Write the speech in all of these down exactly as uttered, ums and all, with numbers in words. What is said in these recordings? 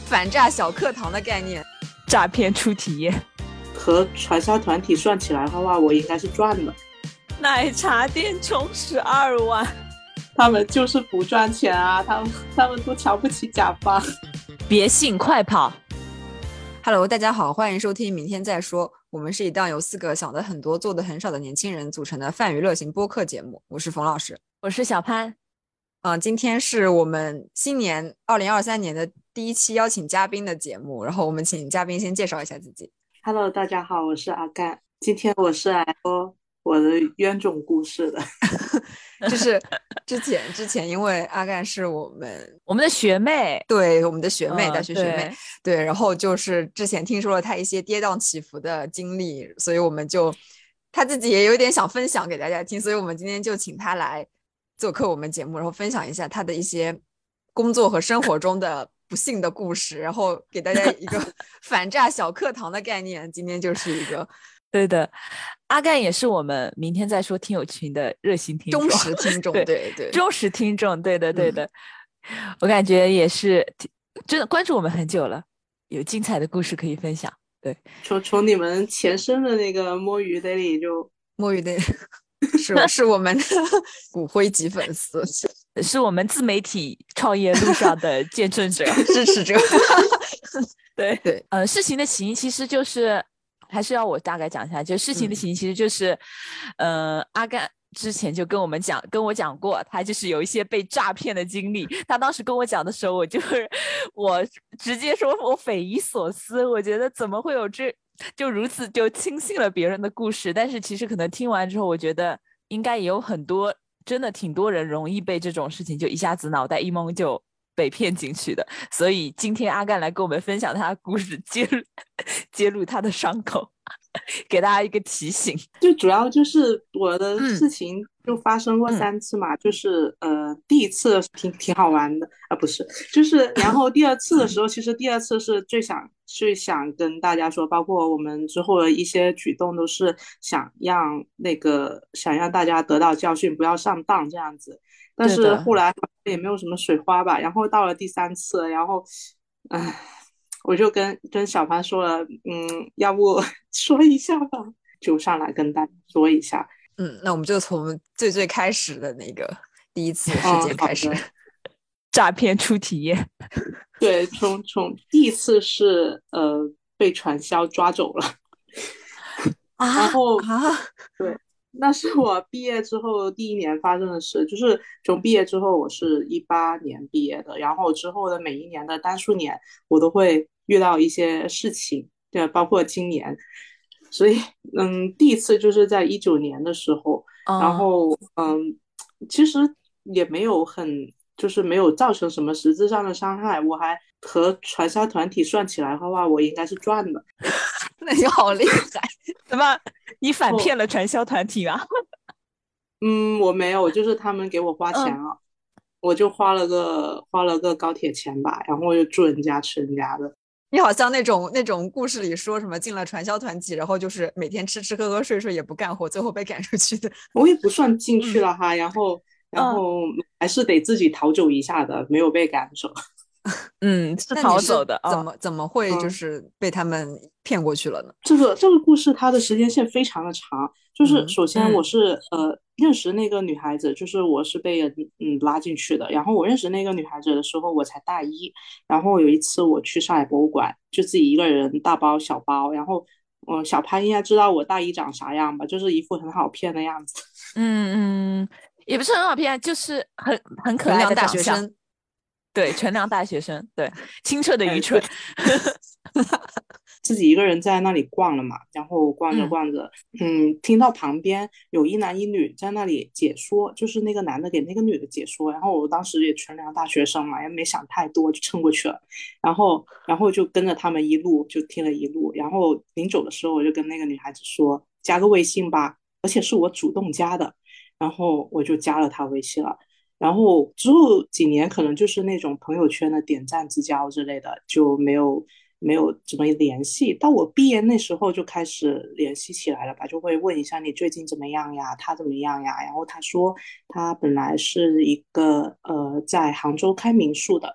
反诈小课堂的概念， 诈骗初体验。 和传销团体算起来的话，我应该是赚的。 奶茶店充十二万， 他们就是不赚钱啊，他们他们都瞧不起甲方。 别信，快跑。 Hello， 大家好，欢迎收听明天再说。我们是一档由四个想的很多做的很少的年轻人组成的泛娱乐型播客节目。我是冯老师， 我是小潘。 嗯、呃，今天是我们新年二零二三年的第一期邀请嘉宾的节目，然后我们请嘉宾先介绍一下自己。 Hello， 大家好，我是阿干。今天我是来说我的冤种故事的。 就是之前之前因为阿干是我们我们的学妹， 对，我们的学妹、呃、大学学妹， 对, 对，然后就是之前听说了她一些跌宕起伏的经历，所以我们就她自己也有点想分享给大家听，所以我们今天就请她来做客我们节目，然后分享一下她的一些工作和生活中的不幸的故事，然后给大家一个反诈小课堂的概念。今天就是一个对的，阿干也是我们明天再说听友群的热心听众， 忠实听众，对 对, 对忠实听众，对的对的、嗯、我感觉也是真的关注我们很久了，有精彩的故事可以分享。对， 从从你们前身的那个摸鱼的里就摸鱼的是是我们的骨灰级粉丝， 是我们自媒体创业路上的见证者支持者。 对对， 呃，事情的起因其实就是还是要我大概讲一下，就事情的起因其实就是、嗯、呃，阿干之前就跟我们讲跟我讲过他就是有一些被诈骗的经历，他当时跟我讲的时候，我就是我直接说我匪夷所思，我觉得怎么会有这就如此就轻信了别人的故事，但是其实可能听完之后，我觉得应该也有很多真的挺多人容易被这种事情就一下子脑袋一懵就被骗进去的，所以今天阿干来跟我们分享他的故事，揭露揭露他的伤口，给大家一个提醒。 最主要就是我的事情就发生过三次嘛、嗯、就是呃第一次挺挺好玩的啊，不是，就是然后第二次的时候其实第二次是最想最想跟大家说，包括我们之后的一些举动都是想让那个想让大家得到教训，不要上当这样子，但是后来也没有什么水花吧，然后到了第三次，然后唉我就跟跟小潘说了，嗯，要不说一下吧，就上来跟大家说一下。 嗯，那我们就从最最开始的那个第一次事件开始。 哦、 诈骗初体验。 对，从从第一次是呃被传销抓走了， 啊、 然后啊， 对。那是我毕业之后第一年发生的事，就是从毕业之后，我是一八年毕业的，然后之后的每一年的单数年，我都会遇到一些事情，对，包括今年，所以，嗯，第一次就是在一九年的时候，然后，嗯，其实也没有很，就是没有造成什么实质上的伤害，我还和传销团体算起来的话，我应该是赚的。 那你好厉害！ 怎么你反骗了传销团体吗？ 嗯，我没有，就是他们给我花钱了，嗯、我就花了个花了个高铁钱吧，然后就住人家吃人家的。 你好像那种那种故事里说什么进了传销团体，然后就是每天吃吃喝喝睡睡也不干活，最后被赶出去的。 我也不算进去了哈，嗯、然后然后还是得自己逃走一下的，没有被赶走。 嗯，是逃走的。 怎么、哦、怎么会就是被他们骗过去了呢？ 这个这个故事它的时间线非常的长，就是首先我是、嗯、呃认识那个女孩子，就是我是被人嗯拉进去的，然后我认识那个女孩子的时候我才大一，然后有一次我去上海博物馆，就自己一个人大包小包，然后嗯、呃、小潘应该知道我大一长啥样吧，就是一副很好骗的样子。 嗯嗯，也不是很好骗，就是很很可爱的大学生。 对，纯良大学生，对，清澈的愚蠢。 自己一个人在那里逛了嘛，然后逛着逛着，嗯, 嗯，听到旁边有一男一女在那里解说，就是那个男的给那个女的解说，然后我当时也纯良大学生嘛，也没想太多，就蹭过去了，然后然后就跟着他们一路就听了一路，然后临走的时候我就跟那个女孩子说加个微信吧，而且是我主动加的，然后我就加了她微信了。然后之后几年可能就是那种朋友圈的点赞之交之类的，就没有没有怎么联系。到我毕业那时候就开始联系起来了吧，就会问一下你最近怎么样呀，他怎么样呀。然后他说他本来是一个呃在杭州开民宿的，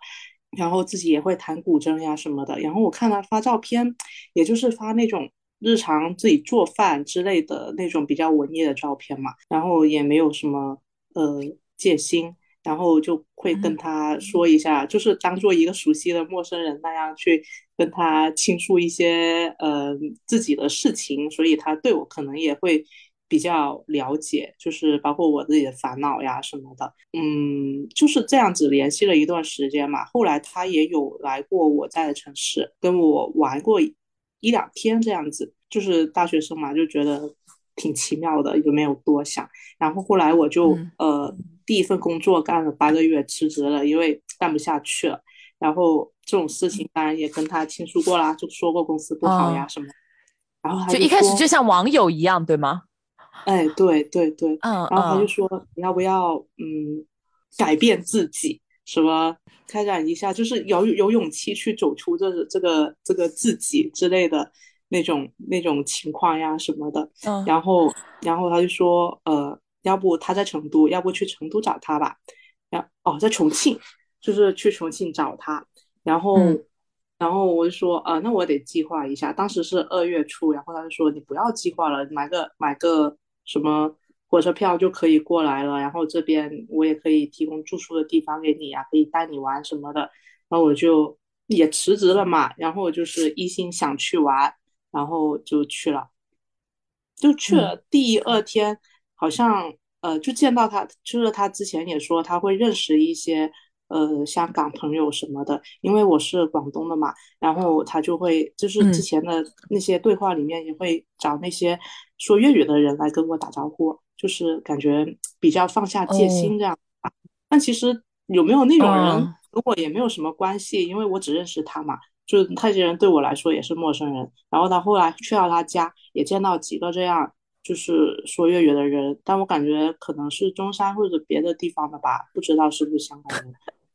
然后自己也会弹古筝呀什么的。然后我看他发照片，也就是发那种日常自己做饭之类的那种比较文艺的照片嘛，然后也没有什么呃戒心，然后就会跟他说一下，就是当做一个熟悉的陌生人那样去跟他倾诉一些呃自己的事情，所以他对我可能也会比较了解，就是包括我自己的烦恼呀什么的。嗯，就是这样子联系了一段时间嘛。后来他也有来过我在的城市，跟我玩过一两天这样子。就是大学生嘛，就觉得挺奇妙的，也没有多想。然后后来我就嗯呃第一份工作干了八个月辞职了，因为干不下去了。然后这种事情当然也跟他倾诉过啦，就说过公司不好呀哦， 什么。然后他就一开始就就说， 像网友一样，对吗？ 哎，对对对，然后他就嗯嗯说你要不要嗯改变自己，什么开展一下，就是有有勇气去走出这这个这个自己之类的那种那种情况呀什么的。 嗯然后然后他就说呃，要不他在成都，要不去成都找他吧。然哦，在重庆，就是去重庆找他。然后嗯然后我就说，呃，那我得计划一下。当时是二月初，然后他就说你不要计划了，买个买个什么火车票就可以过来了。然后这边我也可以提供住宿的地方给你啊，可以带你玩什么的。然后我就也辞职了嘛，然后就是一心想去玩，然后就去了。就去嗯了第二天，好像呃就见到他，就是他之前也说他会认识一些呃香港朋友什么的，因为我是广东的嘛。然后他就会就是之嗯前的那些对话里面也会找那些说粤语的人来跟我打招呼，就是感觉比较放下戒哦心这样。但其实有没有那种人嗯跟我也没有什么关系，因为我只认识他嘛。就是那些人对我来说也是陌生人。然后他后来去到他家，也见到几个这样就是说粤语的人，但我感觉可能是中山或者别的地方的吧，不知道是不是香港人。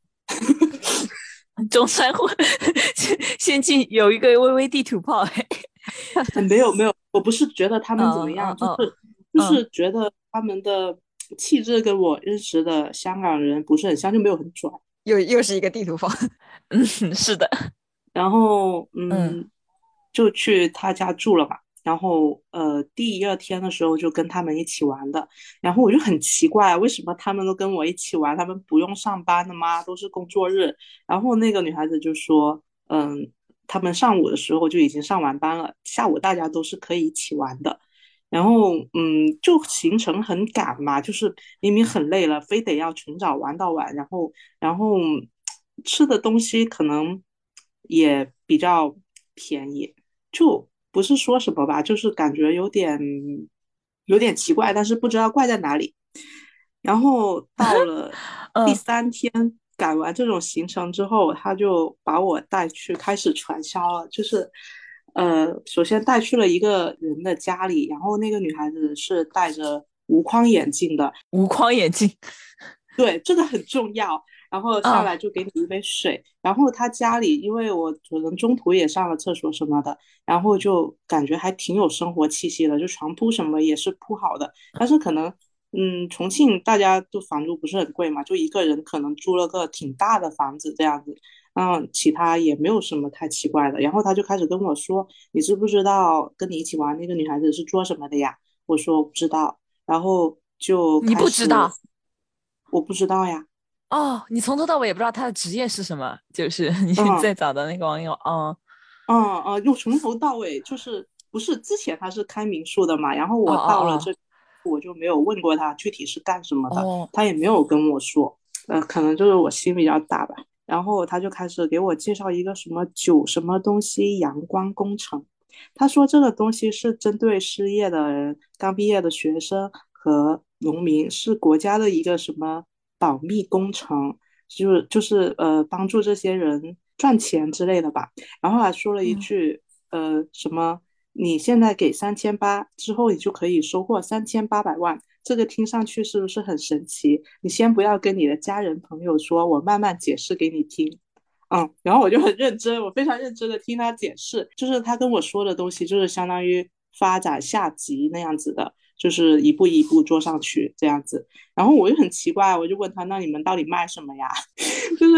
中山户先先进有一个微微地图炮，哎， 嗯，没有没有，我不是觉得他们怎么样，就是嗯嗯嗯就嗯是觉得他们的气质跟我认识的香港人不是很像，就没有很拽。 又又是一个地图炮。 嗯，是的， 然后嗯嗯，就去他家住了嘛。然后呃，第二天的时候就跟他们一起玩的。然后我就很奇怪，为什么他们都跟我一起玩？他们不用上班的吗？都是工作日。然后那个女孩子就说，嗯，他们上午的时候就已经上完班了，下午大家都是可以一起玩的。然后嗯，就行程很赶嘛，就是明明很累了，非得要从早玩到晚。然后然后吃的东西可能也比较便宜，就不是说什么吧，就是感觉有点有点奇怪，但是不知道怪在哪里。然后到了第嗯三天赶完这种行程之后，他就把我带去开始传销了，就是呃，首先带去了一个人的家里，然后那个女孩子是戴着无框眼镜的。 无框眼镜， 对，这个很重要。然后下啊来就给你一杯水。然后他家里，因为我可能中途也上了厕所什么的，然后就感觉还挺有生活气息的，就床铺什么也是铺好的。但是可能，嗯，重庆大家都房租不是很贵嘛，就一个人可能租了个挺大的房子这样子。嗯，其他也没有什么太奇怪的。然后他就开始跟我说：“你知不知道跟你一起玩那个女孩子是做什么的呀？”我说：“我不知道。”然后就你开始， 不知道我不知道呀。 哦，你从头到尾也不知道他的职业是什么，就是你嗯， 最早的那个网友，哦嗯嗯，又从头到尾就是不是之前他是开民宿的嘛，然后哦我到了哦这，我就没有问过他具体是干什么的， 哦他也没有跟我说。呃，可能就是我心比较大吧。然后他就开始给我介绍一个什么九什么东西阳光工程。他说这个东西是针对失业的人、刚毕业的学生和农民，是国家的一个什么保密工程，就是就是呃帮助这些人赚钱之类的吧。然后还说了一嗯句，呃，什么，你现在给三千八，之后你就可以收获三千八百万。这个听上去是不是很神奇？你先不要跟你的家人朋友说，我慢慢解释给你听。嗯，然后我就很认真，我非常认真的听他解释，就是他跟我说的东西，就是相当于发展下级那样子的，就是一步一步做上去这样子。然后我就很奇怪，我就问他，那你们到底卖什么呀？就是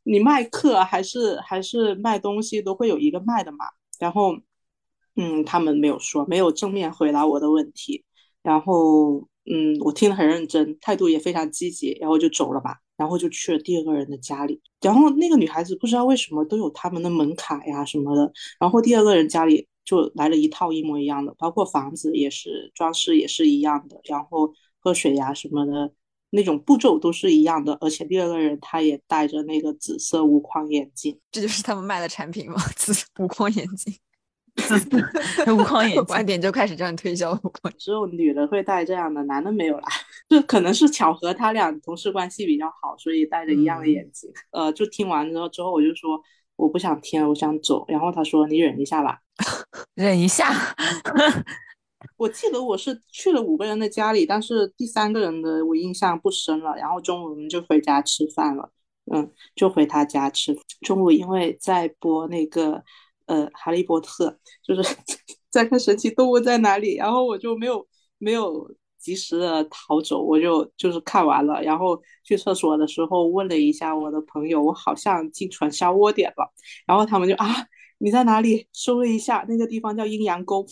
你卖课还是还是卖东西都会有一个卖的嘛。然后嗯，他们没有说，没有正面回答我的问题。然后嗯，我听得很认真，态度也非常积极，然后就走了吧。然后就去了第二个人的家里，然后那个女孩子不知道为什么都有他们的门卡呀什么的，然后第二个人家里就来了一套一模一样的，包括房子也是，装饰也是一样的，然后喝水呀什么的那种步骤都是一样的，而且第二个人他也戴着那个紫色无框眼镜。 这就是他们卖的产品吗？紫无框眼镜。 无框眼镜， 晚点就开始这样推销无框， 只有女的会戴这样的，男的没有啦。就可能是巧合，他俩同事关系比较好，所以戴着一样的眼镜。嗯、呃，就听完之后之后，我就说我不想听了，我想走。然后他说你忍一下吧， 忍一下。 我记得我是去了五个人的家里，但是第三个人的我印象不深了。然后中午我们就回家吃饭了，嗯，就回他家吃。中午因为在播那个呃《哈利波特》，就是在看神奇动物在哪里，然后我就没有没有及时的逃走，我就就是看完了，然后去厕所的时候问了一下我的朋友，我好像进传销窝点了，然后他们就啊你在哪里？搜了一下，那个地方叫阴阳沟。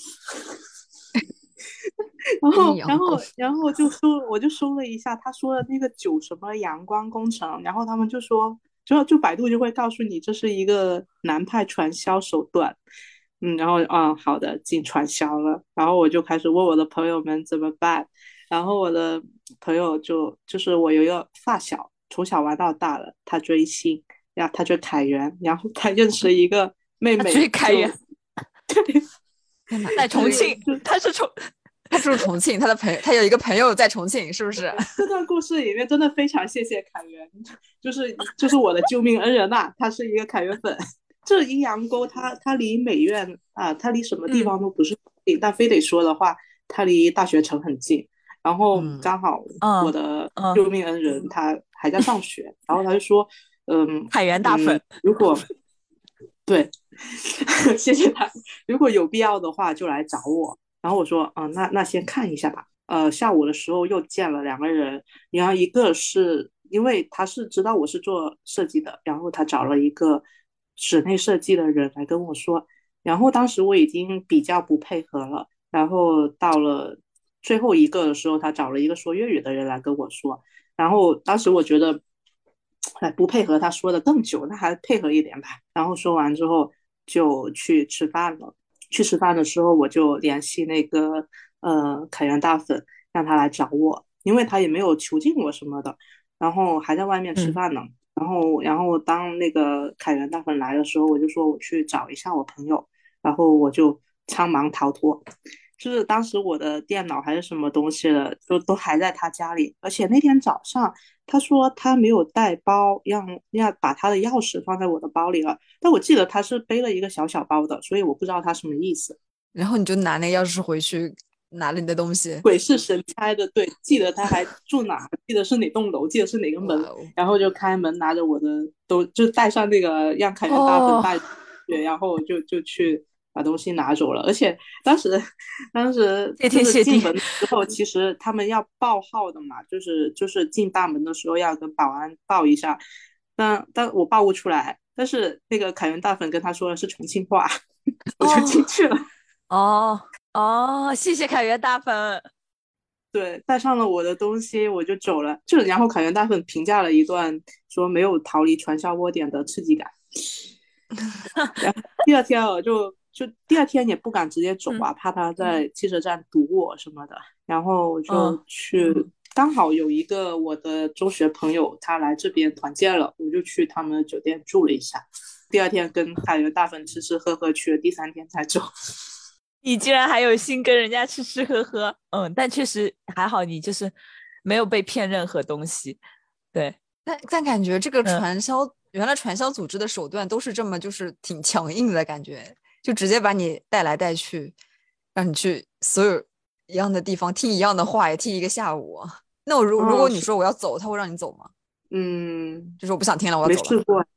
然后，然后，然后就搜，我就搜了一下，他说的那个九什么阳光工程，然后他们就说，就就百度就会告诉你这是一个南派传销手段，嗯，然后啊、嗯，好的，进传销了，然后我就开始问我的朋友们怎么办，然后我的朋友就就是我有一个发小，从小玩到大了，他追星，然后他追凯源，然后他认识一个妹妹， 追凯源， 对， 在重庆，他是重。 他住重庆，他的朋友，他有一个朋友在重庆，是不是？ 这段故事里面真的非常谢谢凯源，就是就是我的救命恩人呐、啊，他是一个凯源粉。这阴阳沟它它离美院啊，它离什么地方都不是近、嗯，但非得说的话，它离大学城很近。然后刚好我的救命恩人他还在上学，嗯、然后他就说，嗯， 凯源大粉， 嗯、如果对，谢谢他，如果有必要的话就来找我。然后我说，嗯、呃，那那先看一下吧。呃，下午的时候又见了两个人，然后一个是因为他是知道我是做设计的，然后他找了一个室内设计的人来跟我说。然后当时我已经比较不配合了，然后到了最后一个的时候，他找了一个说粤语的人来跟我说。然后当时我觉得，哎，不配合他说的更久，那还配合一点吧。然后说完之后就去吃饭了。去吃饭的时候，我就联系那个呃凯源大粉，让他来找我，因为他也没有囚禁我什么的，然后还在外面吃饭呢。嗯、然后，然后当那个凯源大粉来的时候，我就说我去找一下我朋友，然后我就苍忙逃脱。就是当时我的电脑还是什么东西的，就都还在他家里，而且那天早上他说他没有带包，让要把他的钥匙放在我的包里了，但我记得他是背了一个小小包的，所以我不知道他什么意思。 然后你就拿那个钥匙回去拿了你的东西， 鬼使神差的，对，记得他还住哪，记得是哪栋楼，记得是哪个门，然后就开门拿着我的都就带上那个让凯源大粉带，对、哦，然后就就去把东西拿走了。而且当时当时就是进门之后，其实他们要报号的嘛，就是就是进大门的时候要跟保安报一下，但但我报不出来，但是那个凯源大粉跟他说的是重庆话，我就进去了。 哦哦，谢谢凯源大粉。 对，带上了我的东西，我就走了。就然后凯源大粉评价了一段，说没有逃离传销窝点的刺激感。然后第二天我就就第二天也不敢直接走啊，嗯、怕他在汽车站堵我什么的。然后我就去，嗯、刚好有一个我的中学朋友他来这边团建了，我就去他们的酒店住了一下。第二天跟凯源大粉吃吃喝喝去了，第三天才走。 你居然还有心跟人家吃吃喝喝，嗯，但确实还好，你就是没有被骗任何东西，对。 但但感觉这个传销、嗯，原来传销组织的手段都是这么就是挺强硬的感觉，就直接把你带来带去，让你去所有一样的地方听一样的话，也听一个下午。那我如如果你说我要走，哦、他会让你走吗？ 嗯， 就是我不想听了，我要走了。 没试过。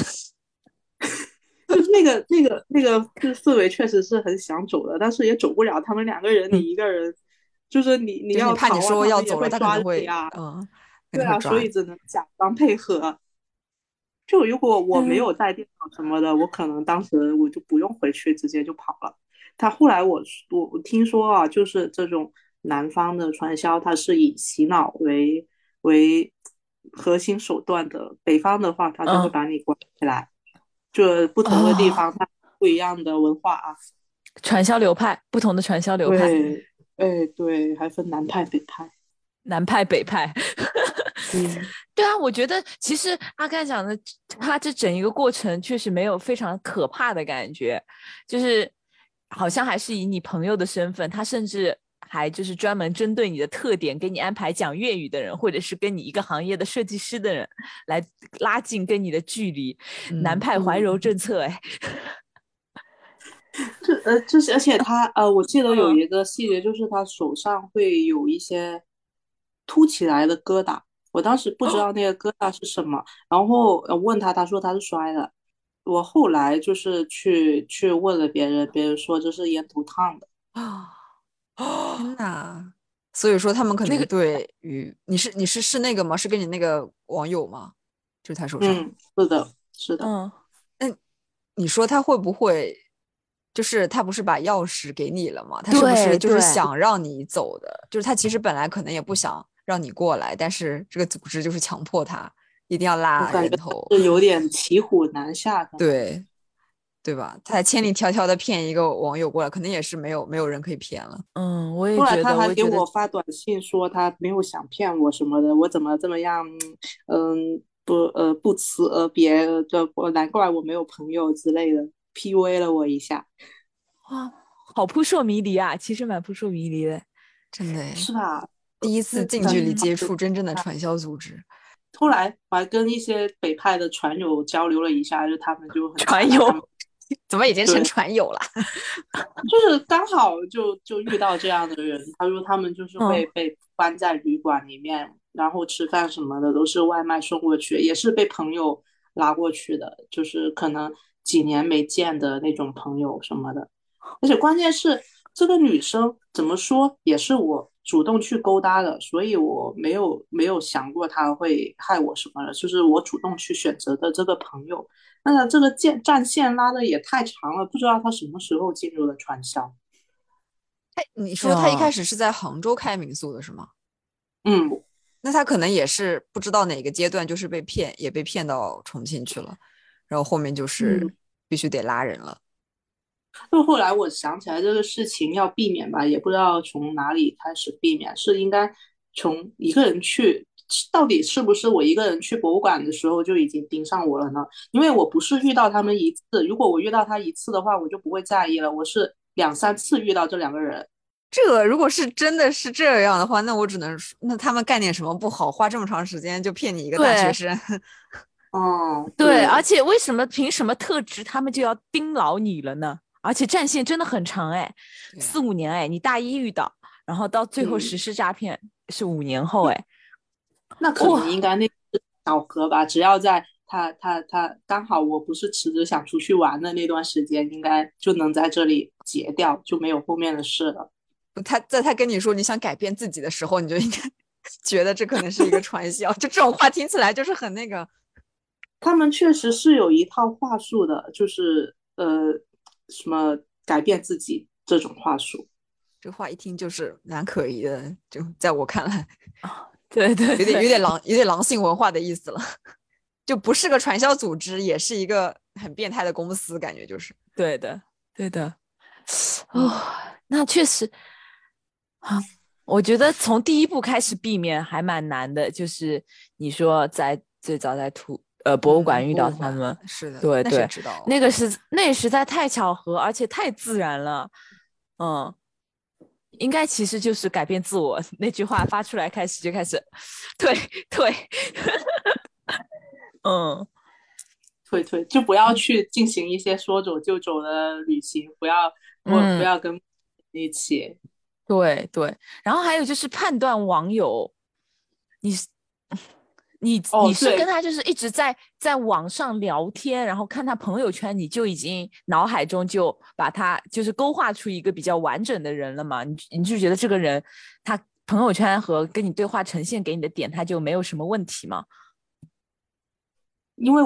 就是那个那个那个氛围确实是很想走的，但是也走不了。他们两个人，你一个人，嗯、就是你你要、 就是、你怕你说要走了， 他可能会啊， 对啊，所以只能假装配合。 就如果我没有带电脑什么的，我可能当时我就不用回去，直接就跑了。他后来我我我听说啊，就是这种南方的传销，它是以洗脑为为核心手段的，北方的话，他就会嗯把你关起来。就不同的地哦， 方，它不一样的文化啊。 传销流派，不同的传销流派， 对，哎对，还分南派北派。 南派北派。 嗯， 对啊，我觉得其实阿甘讲的，他这整一个过程确实没有非常可怕的感觉，就是好像还是以你朋友的身份，他甚至还就是专门针对你的特点，给你安排讲粤语的人，或者是跟你一个行业的设计师的人，来拉近跟你的距离。南嗯派怀柔政策，哎， 这呃，这是而且他呃，我记得有嗯， 一个细节，就是他手上会有一些凸起来的疙瘩。我当时不知道那个疙瘩是什么，然后呃问他，他说他是摔的。我后来就是去去问了别人，别人说这是烟头烫的。 啊天哦， 呐，所以说他们可能那个， 对于你是你是是那个吗？是跟你那个网友吗？就是他手上。 嗯，是的，是的。 嗯， 那你说他会不会，就是他不是把钥匙给你了吗？他是不是就是对对， 想让你走的？就是他其实本来可能也不想让你过来，但是这个组织就是强迫他一定要拉我感觉人头， 他是有点骑虎难下，可能。 对对吧？他还千里迢迢的骗一个网友过来，肯定也是没有没有人可以骗了。 嗯，我也后来觉得， 他还给我也觉得我发短信说他没有想骗我什么的，我怎么这么样？嗯，不呃不辞而别，这我难怪我没有朋友之类的，P U A 了我一下， 哇，好扑朔迷离啊，其实蛮扑朔迷离的。 真的诶， 是吧？ 第一次那咱近距离接触真正的传销组织。 后来我还跟一些北派的传友交流了一下，就他们就很惨嘛，他们传友， 怎么已经成对。 传友了？ 就是刚好就就遇到这样的人，他说他们就是嗯会被关在旅馆里面，然后吃饭什么的都是外卖送过去，也是被朋友拉过去的，就是可能几年没见的那种朋友什么的。而且关键是这个女生怎么说也是我主动去勾搭的，所以我没有没有想过她会害我什么的，就是我主动去选择的这个朋友。那这个战战线拉的也太长了，不知道他什么时候进入了传销。 哎，你说他一开嗯， 始是在杭州开民宿的是吗？ 嗯， 那他可能也是不知道哪个阶段就是被骗，也被骗到重庆去了，然后后面就嗯， 是必须得拉人了。 就后来我想起来这个事情要避免吧，也不知道从哪里开始避免，是应该从一个人去，到底是不是我一个人去博物馆的时候就已经盯上我了呢？因为我不是遇到他们一次，如果我遇到他一次的话，我就不会在意了。我是两三次遇到这两个人。 这如果是真的是这样的话，那我只能说，那他们干点什么不好，花这么长时间就骗你一个大学对生？ 哦， 对，而对， 且为什么凭什么特质他们就要盯牢你了呢？而且战线真的很长哎， 对呀， 四五年哎，你大一遇到，然后到最后嗯， 实施诈骗是五年后哎， 那可能应哇， 该那是巧合吧，只要在他他他刚好我不是辞职想出去玩的那段时间，应该就能在这里结掉，就没有后面的事了。 他在他跟你说你想改变自己的时候，你就应该觉得这可能是一个传销。就这种话听起来就是很那个， 他们确实是有一套话术的，就是呃什么改变自己这种话术。 这话一听就是蛮可疑的，就在我看来， 对对有点有对点狼有点狼性文化的意思了。就不是个传销组织，也是一个很变态的公司，感觉就是。 对的对的，哦， 嗯那确实啊，我觉得从第一步开始避免还蛮难的，就是你说在最早在图呃博物嗯， 馆遇博物馆到他们， 是的，那谁对对， 知道？ 那个是那实在太巧合，而且太自然了，嗯，应该其实就是改变自我那句话发出来开始就开始退退，嗯退退，就不要去进行一些说走就走的旅行，不要不不嗯， 要跟一起。 对对，然后还有就是判断网友，你是你哦， 你是跟对， 他就是一直在在网上聊天，然后看他朋友圈，你就已经脑海中就把他就是勾画出一个比较完整的人了嘛？你你就觉得这个人他朋友圈和跟你对话呈现给你的点，他就没有什么问题吗？ 因为我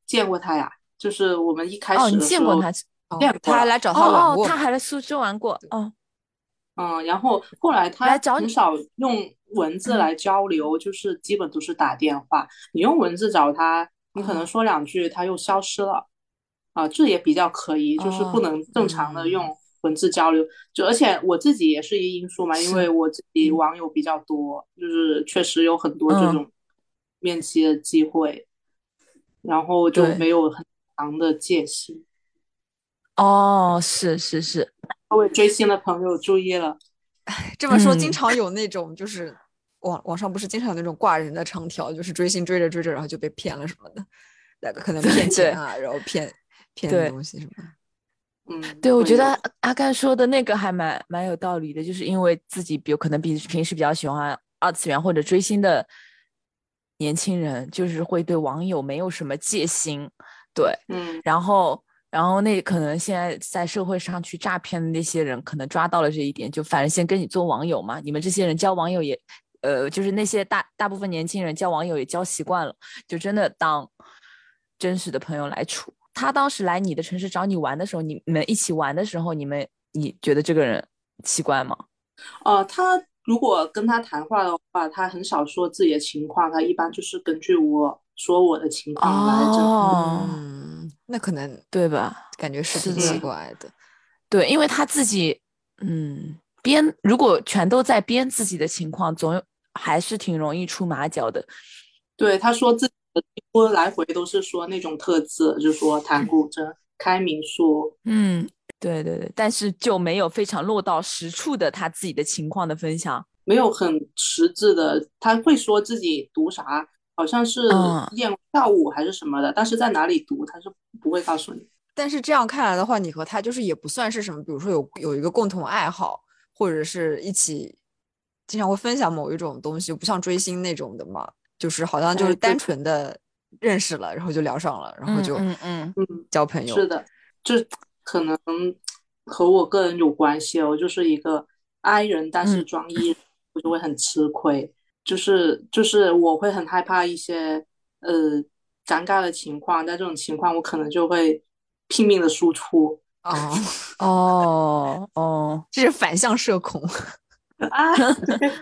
见过他呀，就是我们一开哦，你始的时候见过他？ 哦， 见过了。 他还来找哦哦， 他玩过嘛？ 他还来苏州玩过。哦， 嗯，然后后来他来找你。 很少用文字嗯， 来交流，就是基本都是打电话。你用文字找他，你可能哦说两句，他又消失了。啊，这也比较可疑，就是不哦， 能正常的用嗯， 文字交流。就而且我自己也是一个因素嘛，因为是， 我自己网友比较多，就是确实有很多这嗯， 种面基的机会，然后就对， 没有很强的戒心。 哦，是是是， 各位追星的朋友注意了。 这么说，经嗯， 常有那种就是网网上不是经常有那种挂人的长条，就是追星追着追着，然后就被骗了什么的，那个可能骗对对钱啊，然后骗骗对东西什么的。 嗯， 对，我觉得会有。 阿阿甘说的那个还蛮蛮有道理的，就是因为自己有可能比平时比较喜欢二次元或者追星的年轻人，就是会对网友没有什么戒心。对， 嗯， 然后然后那可能现在在社会上去诈骗的那些人，可能抓到了这一点，就反正先跟你做网友嘛，你们这些人交网友也，呃，就是那些大大部分年轻人交网友也交习惯了，就真的当真实的朋友来处。他当时来你的城市找你玩的时候，你们一起玩的时候，你们你觉得这个人奇怪吗？ 呃，他如果跟他谈话的话，他很少说自己的情况，他一般就是根据我说我的情况来这。 哦， 嗯，那可能对吧？ 感觉是挺奇是的， 嗯， 怪的。 对，因为他自己，嗯，编如果全都在编自己的情况，总有还是挺容易出马脚的。 对，他说自己的几乎来回都是说那种特质，就说弹古筝、开民宿。 嗯，对对对，但是就没有非常落到实处的他自己的情况的分享。 没有很实质的。他会说自己读啥，好像是嗯， 练跳舞还是什么的，但是在哪里读他是不会告诉你。 但是这样看来的话，你和他就是也不算是什么，比如说有有一个共同爱好，或者是一起经常会分享某一种东西，不像追星那种的嘛，就是好像就是哎，对。 单纯的认识了，然后就聊上了，然后嗯就嗯嗯， 嗯， 交朋友。 是的，这可能和我个人有关系哦。我就是一个 I 人，但是嗯， 装 E 人，我就会很吃亏。就是就是我会很害怕一些呃尴尬的情况，在这种情况我可能就会拼命的输出。 哦， 哦哦， 这是反向社恐。 啊，对，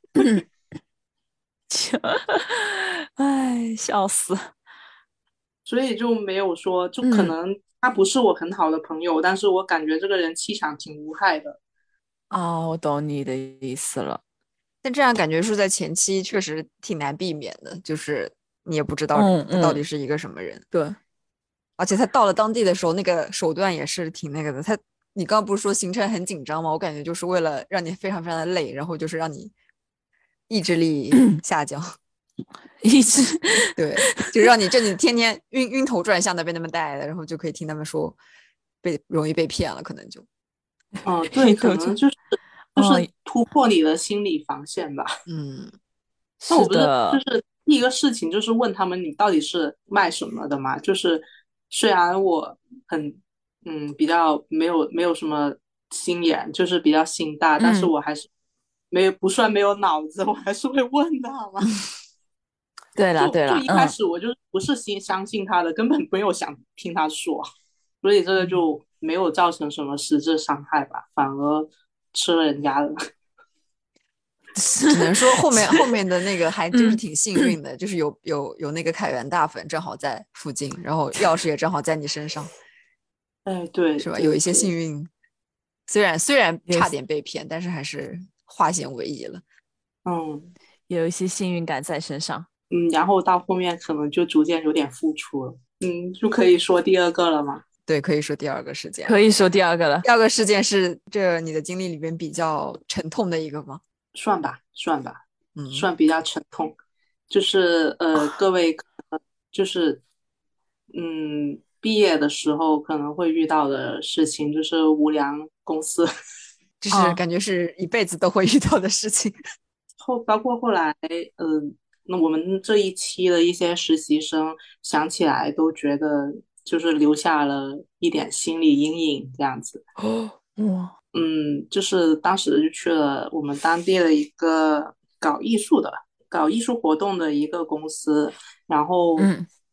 哎，笑死。 所以就没有说，就可嗯， 能他不是我很好的朋友，但是我感觉这个人气场挺无害的。 哦，我懂你的意思了。 但这样感觉是在前期确实挺难避免的，就是你也不知道他到底嗯嗯， 是一个什么人。 对， 而且他到了当地的时候，那个手段也是挺那个的。他，你刚刚不是说行程很紧张吗？我感觉就是为了让你非常非常的累，然后就是让你意志力下降。 一直对，就是让你这你天天晕晕头转向的被他们带的，然后就可以听他们说被容易被骗了，可能就嗯，对，可晕头转。 能就是就哦， 是突破你的心理防线吧。 嗯， 那我不是就是的， 是第一个事情就是问他们你到底是卖什么的嘛？就是虽然我很嗯比较没有没有什么心眼，就是比较心大，但是嗯， 我还是没有不算没有脑子，我还是会问他嘛。 对了对了， 就就一开嗯， 始我就不是心相信他的，根本没有想听他说，所以这个嗯就没有造成什么实质伤害吧，反而吃了人家的。 是， 只能说后面后面的那个还就是嗯， 挺幸运的，就是有有有那个凯源大粉正好在附近，然后钥匙也正好在你身上， 哎，对是吧？有一些幸对对， 运，虽然虽然差有点被骗，但是还是化险为夷了。 嗯。 有一些幸运感在身上。 嗯，然后到后面可能就逐渐有点付出了。嗯，就可以说第二个了吗？ 对，可以说第二个事件了。 可以说第二个了。 第二个事件是这你的经历里边比较沉痛的一个吗？ 算吧，算吧， 嗯， 算比较沉痛。就是呃，各位可能就是嗯，毕业的时候可能会遇到的事情，就是无良公司。 这是啊， 感觉是一辈子都会遇到的事情。 后包括后来，嗯、那我们这一期的一些实习生想起来都觉得就是留下了一点心理阴影，这样子。 哦，哇， 嗯，就是当时就去了我们当地的一个搞艺术的、搞艺术活动的一个公司，然后嗯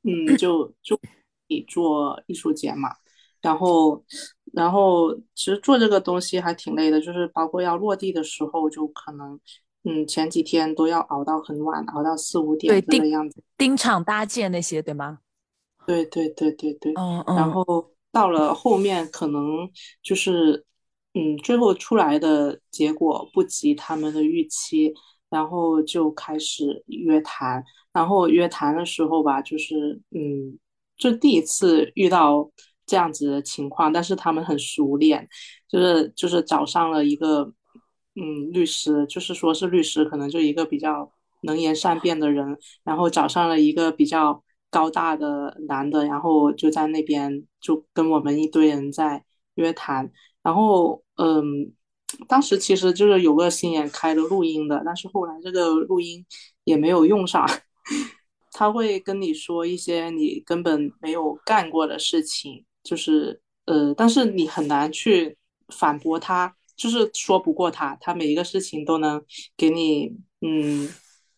嗯，就就你做艺术节嘛，然后然后其实做这个东西还挺累的，就是包括要落地的时候，就可能嗯前几天都要熬到很晚，熬到四五对， 点这钉个样子。 钉厂搭建那些，对吗？ 对对对对对， 嗯嗯。 然后到了后面可能就是，嗯，最后出来的结果不及他们的预期，然后就开始约谈，然后约谈的时候吧，就是嗯，就第一次遇到这样子的情况，但是他们很熟练，就是就是找上了一个嗯律师，就是说是律师，可能就一个比较能言善辩的人，然后找上了一个比较高大的男的，然后就在那边就跟我们一堆人在约谈，然后嗯，当时其实就是有个心眼开了录音的，但是后来这个录音也没有用上，他会跟你说一些你根本没有干过的事情，就是呃，但是你很难去反驳他，就是说不过他，他每一个事情都能给你嗯。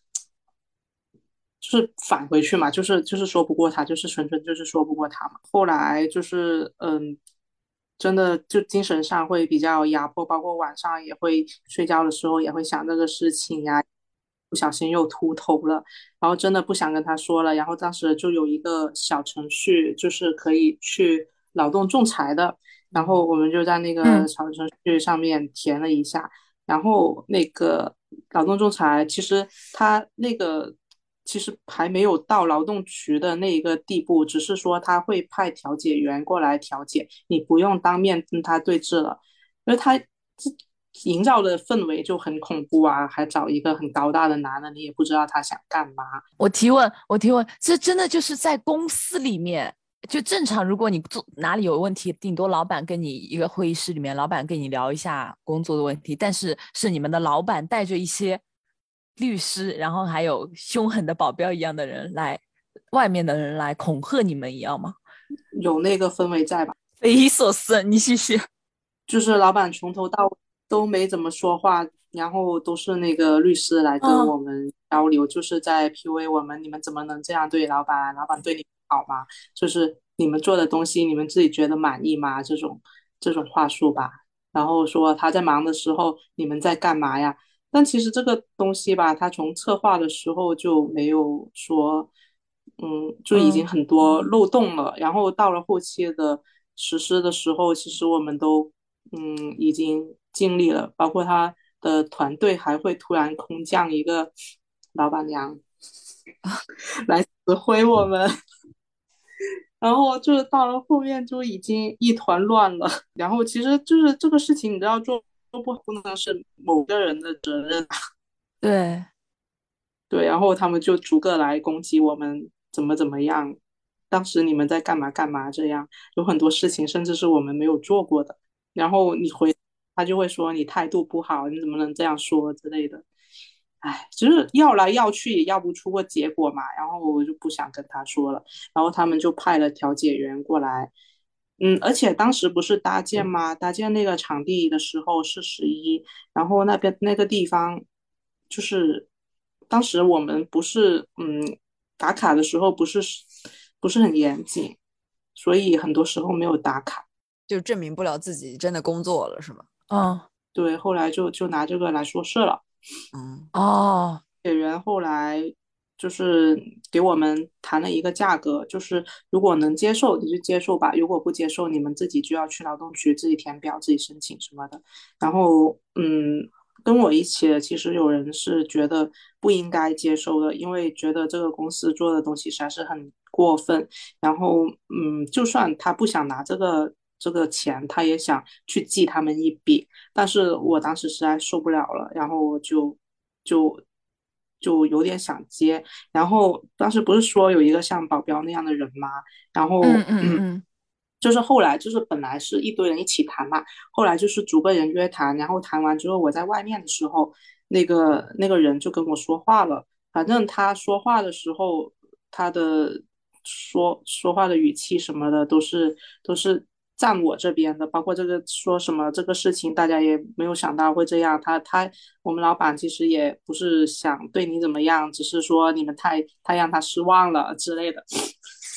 就是返回去嘛，就是就是说不过他，就是纯纯就是说不过他嘛。后来就是嗯，真的就精神上会比较压迫，包括晚上也会睡觉的时候也会想这个事情呀，不小心又秃头了，然后真的不想跟他说了。然后当时就有一个小程序，就是可以去劳动仲裁的，然后我们就在那个嗯， 小程序上面填了一下，然后那个劳动仲裁其实他那个其实还没有到劳动局的那一个地步，只是说他会派调解员过来调解，你不用当面跟他对峙了，因为他营造的氛围就很恐怖啊，还找一个很高大的男的，你也不知道他想干嘛。 我提问，我提问，这真的就是在公司里面就正常，如果你做哪里有问题，顶多老板跟你一个会议室里面，老板跟你聊一下工作的问题，但是是你们的老板带着一些律师，然后还有凶狠的保镖一样的人来，外面的人来恐吓你们一样吗？ 有那个氛围在吧？ 匪夷所思，你继续。 就是老板从头到尾都没怎么说话，然后都是那个律师来跟嗯， 我们交流，就是在 P U A 我们，你们怎么能这样对老板？老板对你好吗？就是你们做的东西，你们自己觉得满意吗？这种这种话术吧。然后说他在忙的时候，你们在干嘛呀？但其实这个东西吧，他从策划的时候就没有说，嗯，就已经嗯， 很多漏洞了。然后到了后期的实施的时候，其实我们都嗯已经尽力了，包括他的团队还会突然空降一个老板娘来指挥我们，然后就是到了后面就已经一团乱了。然后其实就是这个事情，你知道做做不好不能是某个人的责任， 对。 对，然后他们就逐个来攻击我们怎么怎么样，当时你们在干嘛干嘛这样，有很多事情甚至是我们没有做过的，然后你回他就会说你态度不好，你怎么能这样说之类的。哎，就是要来要去也要不出个结果嘛，然后我就不想跟他说了，然后他们就派了调解员过来，嗯，而且当时不是搭建吗？搭建那个场地的时候是十一，然后那边那个地方就是当时我们不是嗯打卡的时候不是不是很严谨，所以很多时候没有打卡。 就证明不了自己真的工作了，是吗？ 嗯。 对，后来就就拿这个来说事了。 嗯哦。 演员后来就是给我们谈了一个价格，就是如果能接受你就接受吧，如果不接受你们自己就要去劳动局自己填表、自己申请什么的。然后嗯，跟我一起的其实有人是觉得不应该接受的，因为觉得这个公司做的东西实在是很过分。然后嗯，就算他不想拿这个这个钱，他也想去记他们一笔。但是我当时实在受不了了，然后我就就就有点想接，然后当时不是说有一个像保镖那样的人吗？然嗯后嗯， 嗯嗯。 就是后来就是本来是一堆人一起谈嘛，后来就是逐个人约谈，然后谈完之后我在外面的时候，那个那个人就跟我说话了，反正他说话的时候，他的说说话的语气什么的都是都是站我这边的，包括这个说什么这个事情，大家也没有想到会这样。他他我们老板其实也不是想对你怎么样，只是说你们太太让他失望了之类的。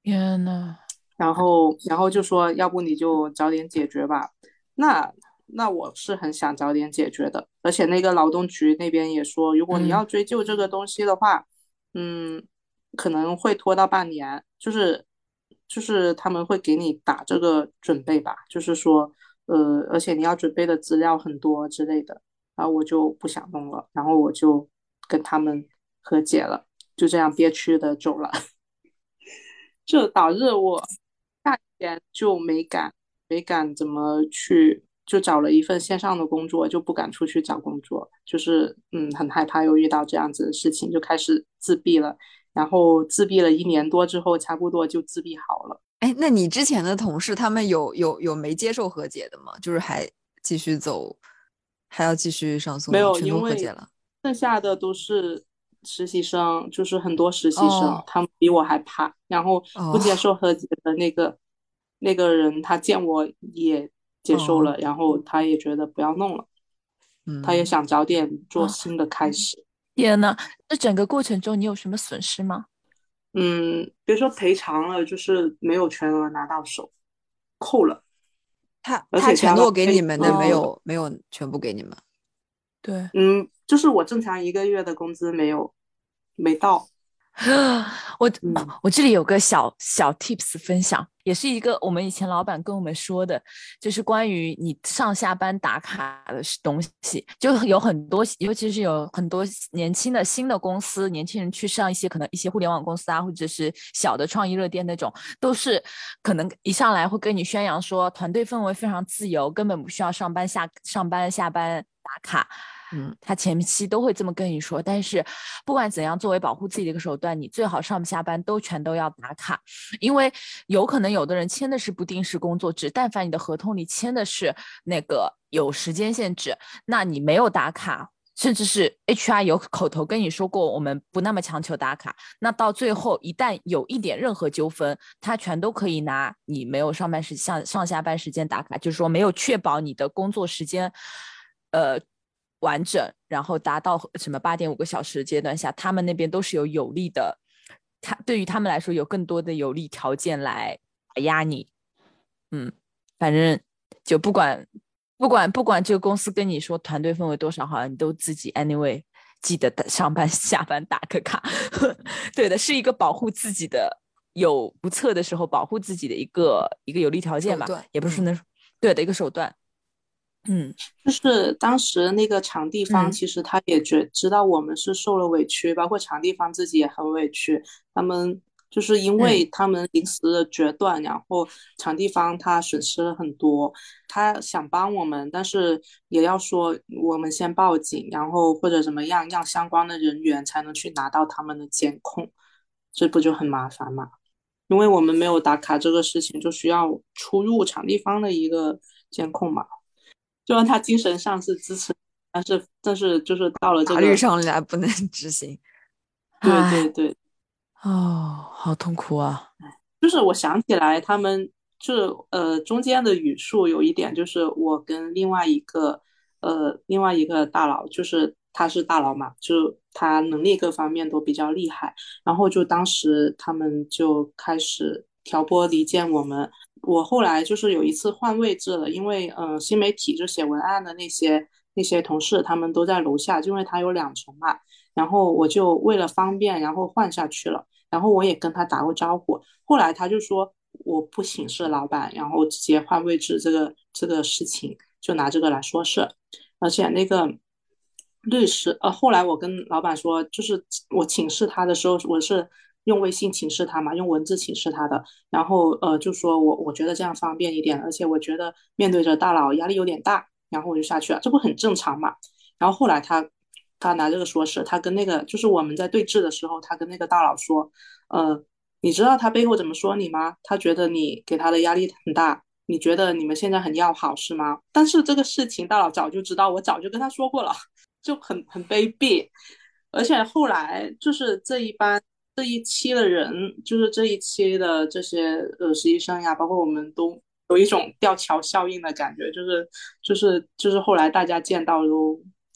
天呐， 然后然后就说要不你就早点解决吧。那那我是很想早点解决的，而且那个劳动局那边也说，如果你嗯要追究这个东西的话，嗯，可能会拖到半年，就是就是他们会给你打这个准备吧，就是说呃，而且你要准备的资料很多之类的，然后我就不想弄了，然后我就跟他们和解了，就这样憋屈的走了。这导致我夏天就没敢没敢怎么去，就找了一份线上的工作，就不敢出去找工作，就是嗯很害怕又遇到这样子的事情，就开始自闭了。然后自闭了一年多之后，差不多就自闭好了。 哎，那你之前的同事他们有有有没接受和解的吗？就是还继续走，还要继续上诉吗？ 没有， 全因为都和解了？ 剩下的都是实习生，就是很多实习生， 哦他们比我还怕。然后不接哦受和解的那个那个人，他见我也接受哦， 了，然后他也觉得不要弄了，他也嗯。 想早点做啊， 新的开始。 天呐，这整个过程中你有什么损失吗？ 嗯，别说赔偿了，就是没有全额拿到手，扣了， 他而且加班他承诺给费你们的没哦， 也没了。 有没有全部给你们？ 对。 嗯，就是我正常一个月的工资没有没到。 我嗯我这里有个小小 tips 分享，也是一个我们以前老板跟我们说的，就是关于你上下班打卡的东西，就有很多，尤其是有很多年轻的新的公司，年轻人去上一些可能一些互联网公司啊，或者是小的创意热店那种，都是可能一上来会跟你宣扬说团队氛围非常自由，根本不需要上班下上班下班打卡。 嗯， 他前期都会这么跟你说，但是不管怎样，作为保护自己的一个手段，你最好上下班都全都要打卡，因为有可能有的人签的是不定时工作制，但凡你的合同里签的是那个有时间限制，那你没有打卡，甚至是 H R 有口头跟你说过，我们不那么强求打卡，那到最后一旦有一点任何纠纷，他全都可以拿你没有上班时上上下班时间打卡，就是说没有确保你的工作时间，呃。完整，然后达到什么八点五个小时的阶段下，他们那边都是有有利的，他对于他们来说有更多的有利条件来压你。嗯，反正就不管不管不管这个公司跟你说团队氛围多少好，你都自己 anyway 记得上班下班打个卡。对的，是一个保护自己的，有不测的时候保护自己的一个一个有利条件吧， 手段，嗯也不是那对的一个手段。嗯就是当时那个场地方， 嗯其实他也觉知道我们是受了委屈，包括场地方自己也很委屈。他们就是因嗯为他们临时的决断，然后场地方他损失了很多，他想帮我们，但是也要说我们先报警，然后或者怎么样，让相关的人员才能去拿到他们的监控，这不就很麻烦吗？因为我们没有打卡这个事情，就需要出入场地方的一个监控嘛。就让他精神上是支持，但是但是就是到了这法律个， 上来不能执行。 对对唉， 对， 哦，好痛苦啊！ 就是我想起来他们就是呃中间的语速有一点，就是我跟另外一个呃另外一个大佬，就是他是大佬嘛，就他能力各方面都比较厉害，然后就当时他们就开始挑拨离间我们。我后来就是有一次换位置了，因为嗯、呃、新媒体就写文案的那些那些同事他们都在楼下，就因为他有两层嘛，然后我就为了方便，然后换下去了。然后我也跟他打过招呼，后来他就说我不请示老板，然后直接换位置这个这个事情就拿这个来说事，而且那个律师呃，后来我跟老板说，就是我请示他的时候，我是用微信请示他嘛，用文字请示他的，然后呃就说我我觉得这样方便一点，而且我觉得面对着大佬压力有点大，然后我就下去了，这不很正常嘛。然后后来他他拿这个说事，他跟那个就是我们在对峙的时候，他跟那个大佬说，呃，你知道他背后怎么说你吗？他觉得你给他的压力很大，你觉得你们现在很要好是吗？但是这个事情大佬早就知道，我早就跟他说过了，就很很卑鄙。而且后来就是这一班这一期的人，就是这一期的这些呃实习生呀，包括我们都有一种吊桥效应的感觉，就是就是就是后来大家见到都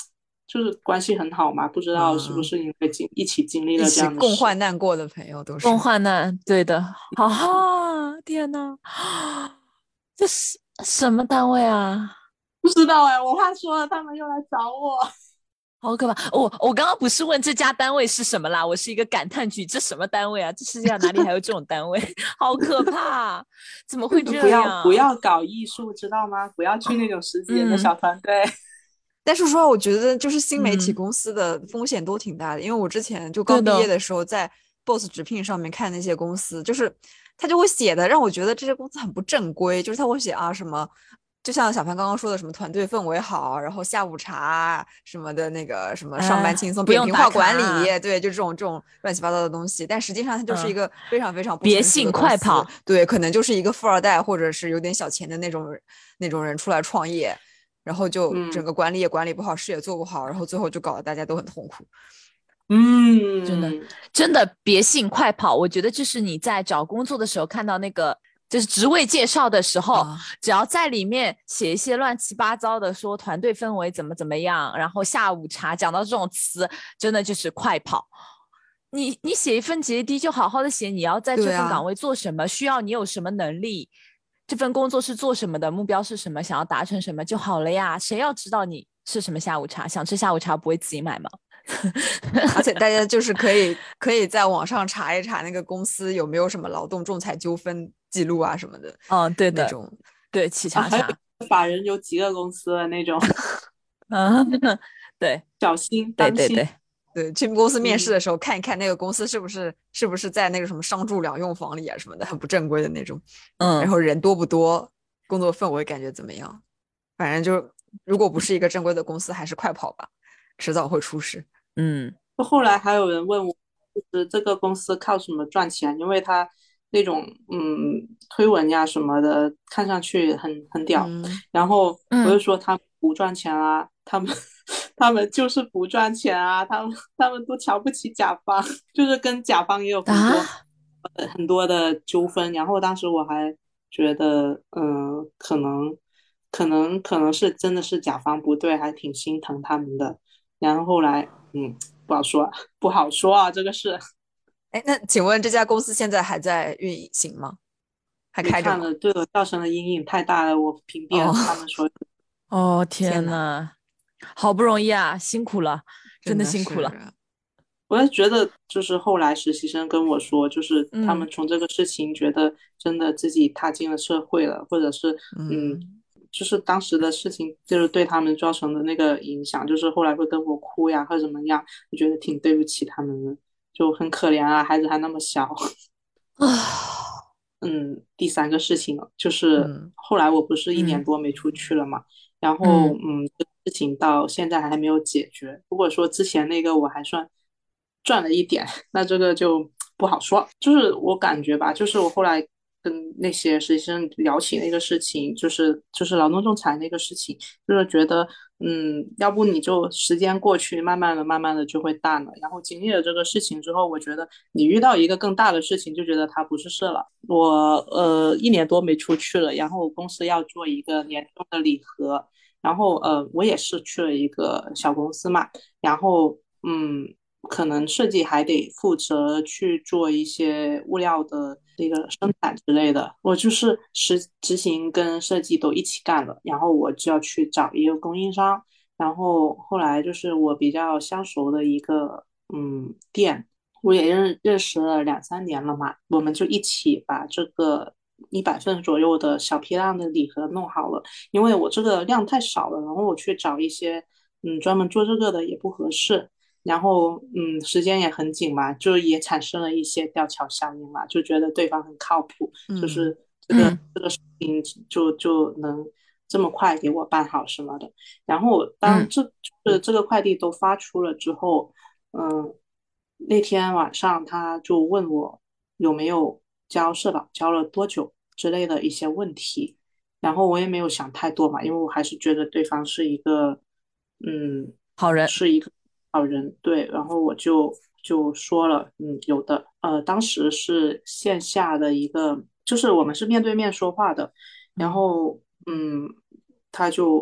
就是关系很好嘛，不知道是不是因为经一起经历了一起这样的事。 共患难过的朋友都是共患难，对的。啊，天呐，这是什么单位啊？ 不知道哎，我怕说了他们又来找我。 好可怕！我我刚刚不是问这家单位是什么啦，我是一个感叹句，这什么单位啊？这世界上哪里还有这种单位？好可怕！怎么会不这要不样？ 要搞艺术，知道吗？不要去那种十几人的嗯小团队。 但是说，我觉得就是新媒体嗯， 公司的风险都挺大的，因为我之前就刚毕业对的， 的时候，在 Boss 直聘上面看那些公司，就是他就会写的让我觉得这些公司很不正规，就是他会写啊什么，就像小潘刚刚说的什么团队氛围好，然后下午茶啊什么的那个什么上班轻哎， 松、扁平不用打化管理， 卡， 对，就这种这种乱七八糟的东西，但实际上它就是一嗯， 个非常非常不成熟别信的公司， 快跑。 对，可能就是一个富二代或者是有点小钱的那种那种人出来创业。然后就整嗯个管理也管理不好，事也做不好，然后最后就搞得大家都很痛苦。 真的， 嗯， 真的别信快跑。我觉得这是你在找工作的时候看到那个，就是职位介绍的时候， 啊， 只要在里面写一些乱七八糟的，说团队氛围怎么怎么样，然后下午茶讲到这种词，真的就是快跑。你你写一份结滴，就好好的写你要在这对啊， 份岗位做什么，需要你有什么能力，这份工作是做什么的，目标是什么，想要达成什么就好了呀。谁要知道你吃什么下午茶？想吃下午茶不会自己买吗？ 而且大家就是可以可以在网上查一查那个公司有没有什么劳动仲裁纠纷记录啊什么的嗯，对的， 那种。 对，企啊，还有查查， 法人有几个公司的那种， 嗯，对， 小心当心。 对对对， 对，去公司面试嗯的时候看一看那个公司是不是是不是在那个什么商住两用房里啊什么的，很不正规的那种。然嗯后人多不多，工作氛围感觉怎么样？反正就如果不是一个正规的公司，还是快跑吧，迟早会出事。 嗯后来还有人问我，就是这个公司靠什么赚钱？因为他那种嗯推文呀什么的，看上去很很屌。 嗯， 然后我就嗯说他们不赚钱啊，他们他们就是不赚钱啊，他们他们都瞧不起甲方，就是跟甲方也有很多啊， 呃很多的纠纷。然后当时我还觉得，嗯、可能可能可能是真的是甲方不对，还挺心疼他们的。然后后来，嗯，不好说，不好说啊，这个事哎，那请问这家公司现在还在运行吗？还开着吗？ 没看了，对我造成的阴影太大了，我屏蔽了哦， 他们所有的。 哦天呐， 天呐，好不容易啊，辛苦了，真的真的辛苦了。 是， 我也觉得，就是后来实习生跟我说，就是他嗯们从这个事情觉得真的自己踏进了社会了，或者是嗯， 嗯， 就是当时的事情就是对他们造成的那个影响，就是后来会跟我哭呀或者怎么样，我觉得挺对不起他们的，就很可怜啊，孩子还那么小。 啊， 嗯，第三个事情就是嗯后来我不是一年嗯多没出去了嘛，然后嗯嗯，这个事情到现在还没有解决。如果说之前那个我还算赚了一点，那这个就不好说。就是我感觉吧，就是我后来跟那些实习生聊起那个事情，就是就是劳动仲裁那个事情，就是觉得嗯，要不你就时间过去，慢慢的、慢慢的就会淡了。然后经历了这个事情之后，我觉得你遇到一个更大的事情，就觉得它不是事了。我呃一年多没出去了，然后公司要做一个年终的礼盒，然后呃我也是去了一个小公司嘛，然后嗯。可能设计还得负责去做一些物料的那个生产之类的，我就是实执行跟设计都一起干了，然后我就要去找一个供应商，然后后来就是我比较相熟的一个嗯店，我也认认识了两三年了嘛，我们就一起把这个一百份左右的小批量的礼盒弄好了，因为我这个量太少了，然后我去找一些嗯专门做这个的也不合适。然后，嗯，时间也很紧嘛，就也产生了一些吊桥效应嘛，就觉得对方很靠谱，就是嗯嗯嗯，就就能这么快给我办好什么的。然后当嗯这就是这个快递都发出了之后，嗯，那天晚上他就问我有没有交社保，交了多久之类的一些问题。然后我也没有想太多嘛，因为我还是觉得对方是一个，嗯， 好人， 是一个好人，对。然后我就就说了，嗯，有的，呃，当时是线下的一个，就是我们是面对面说话的，然嗯后，嗯，他就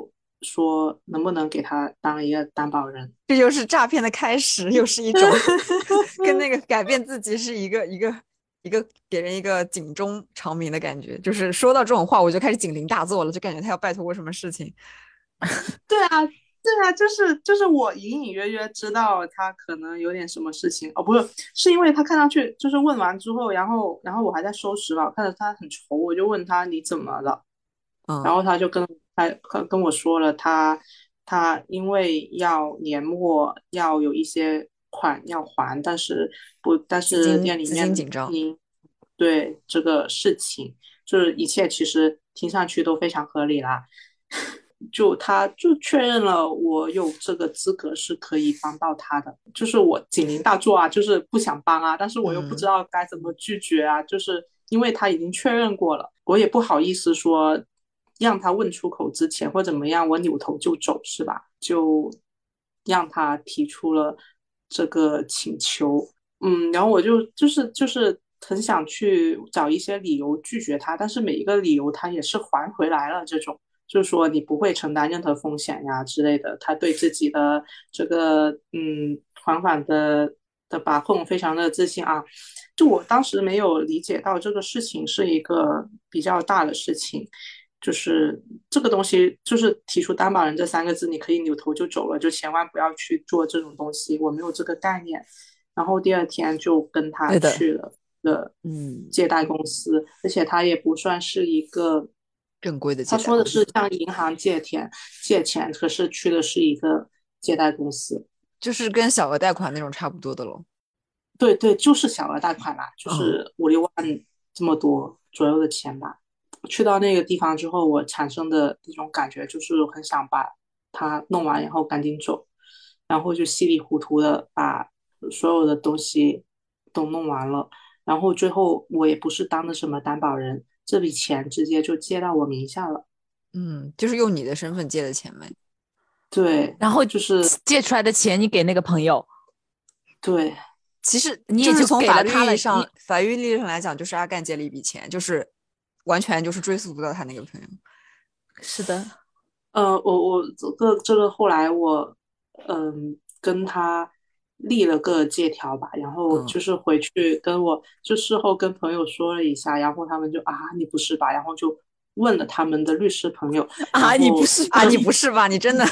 说能不能给他当一个担保人。 这就是诈骗的开始，又是一种跟那个改变自己是一个一个一个给人一个警钟长鸣的感觉。就是说到这种话，我就开始警铃大作了，就感觉他要拜托我什么事情。 对啊，对啊，就是就是我隐隐约约知道他可能有点什么事情。哦，不是，是因为他看上去就是问完之后，然后然后我还在收拾嘛，我看着他很愁，我就问他你怎么了，然嗯， 后他就跟他跟跟我说了他他因为要年末要有一些款要还，但是不但资是金资店里面的金紧张。 经对这个事情，就是一切其实听上去都非常合理啦。就他就确认了我有这个资格是可以帮到他的，就是我警铃大作啊，就是不想帮啊，但是我又不知嗯， 道该怎么拒绝啊，就是因为他已经确认过了，我也不好意思说让他问出口之前或怎么样，我扭头就走是吧？就让他提出了这个请求，嗯，然后我就就是就是很想去找一些理由拒绝他，但是每一个理由他也是还回来了这种。就是说你不会承担任何风险呀之类的，他对自己的这个嗯还款的的把控非常的自信啊。就我当时没有理解到这个事情是一个比较大的事情，就是这个东西就是提出担保人这三个字，你可以扭头就走了，就千万不要去做这种东西，我没有这个概念。然后第二天就跟他对的。 去了的嗯， 借贷公司，而且他也不算是一个。 正规的借他说的贷公司。 是向银行借钱，借钱，可是去的是一个借贷公司。 就是跟小额贷款那种差不多的咯。 对对，就是小额贷款啦，就嗯， 是五六万这么多左右的钱吧。去到那个地方之后，我产生的一种感觉就是很想把它弄完，然后赶紧走，然后就稀里糊涂的把所有的东西都弄完了，然后最后我也不是当的什么担保人，这笔钱直接就借到我名下了。 嗯，就是用你的身份借的钱呗。 对， 然后就是借出来的钱你给那个朋友， 对， 其实你也就就是从法给了他了。 律意义上， 你法律意义上来讲，就是阿干借了一笔钱，就是完全就是追溯不到他那个朋友。 是的， 呃，我我这个这个后来我嗯跟他立了个借条吧，然后嗯， 就是回去跟我就事后跟朋友说了一下，然后他们就啊你不是吧？然后就问了他们的律师朋友，然啊，你不后啊， 是吧？ 你不是吧？你真的。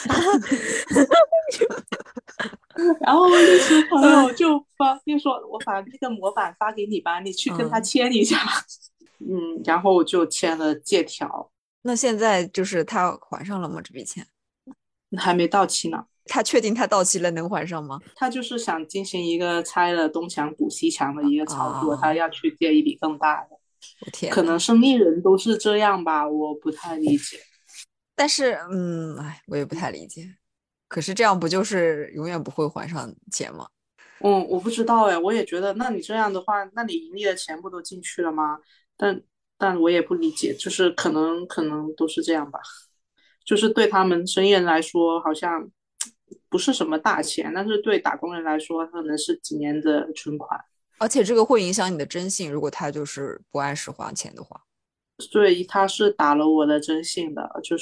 然后律师朋友就发就说我把那个模板发给你吧，你去跟他嗯， 签一下。嗯，然后我就签了借条， 那现在就是他还上了吗？这笔钱， 还没到期呢。 他确定他到期了能还上吗？ 他就是想进行一个拆了东墙补西墙的一个操作，他啊， 要去借一笔更大的。 我天呐。 可能生意人都是这样吧，我不太理解。 但是，嗯，哎，我也不太理解。可是这样不就是永远不会还上钱吗？ 嗯，我不知道哎，我也觉得，那你这样的话，那你盈利的钱不都进去了吗？但但我也不理解，就是可能可能都是这样吧。就是对他们生意人来说，好像不是什么大钱，但是对打工人来说，可能是几年的存款。 而且这个会影响你的征信，如果他就是不按时还钱的话。 所以他是打了我的征信的，就是，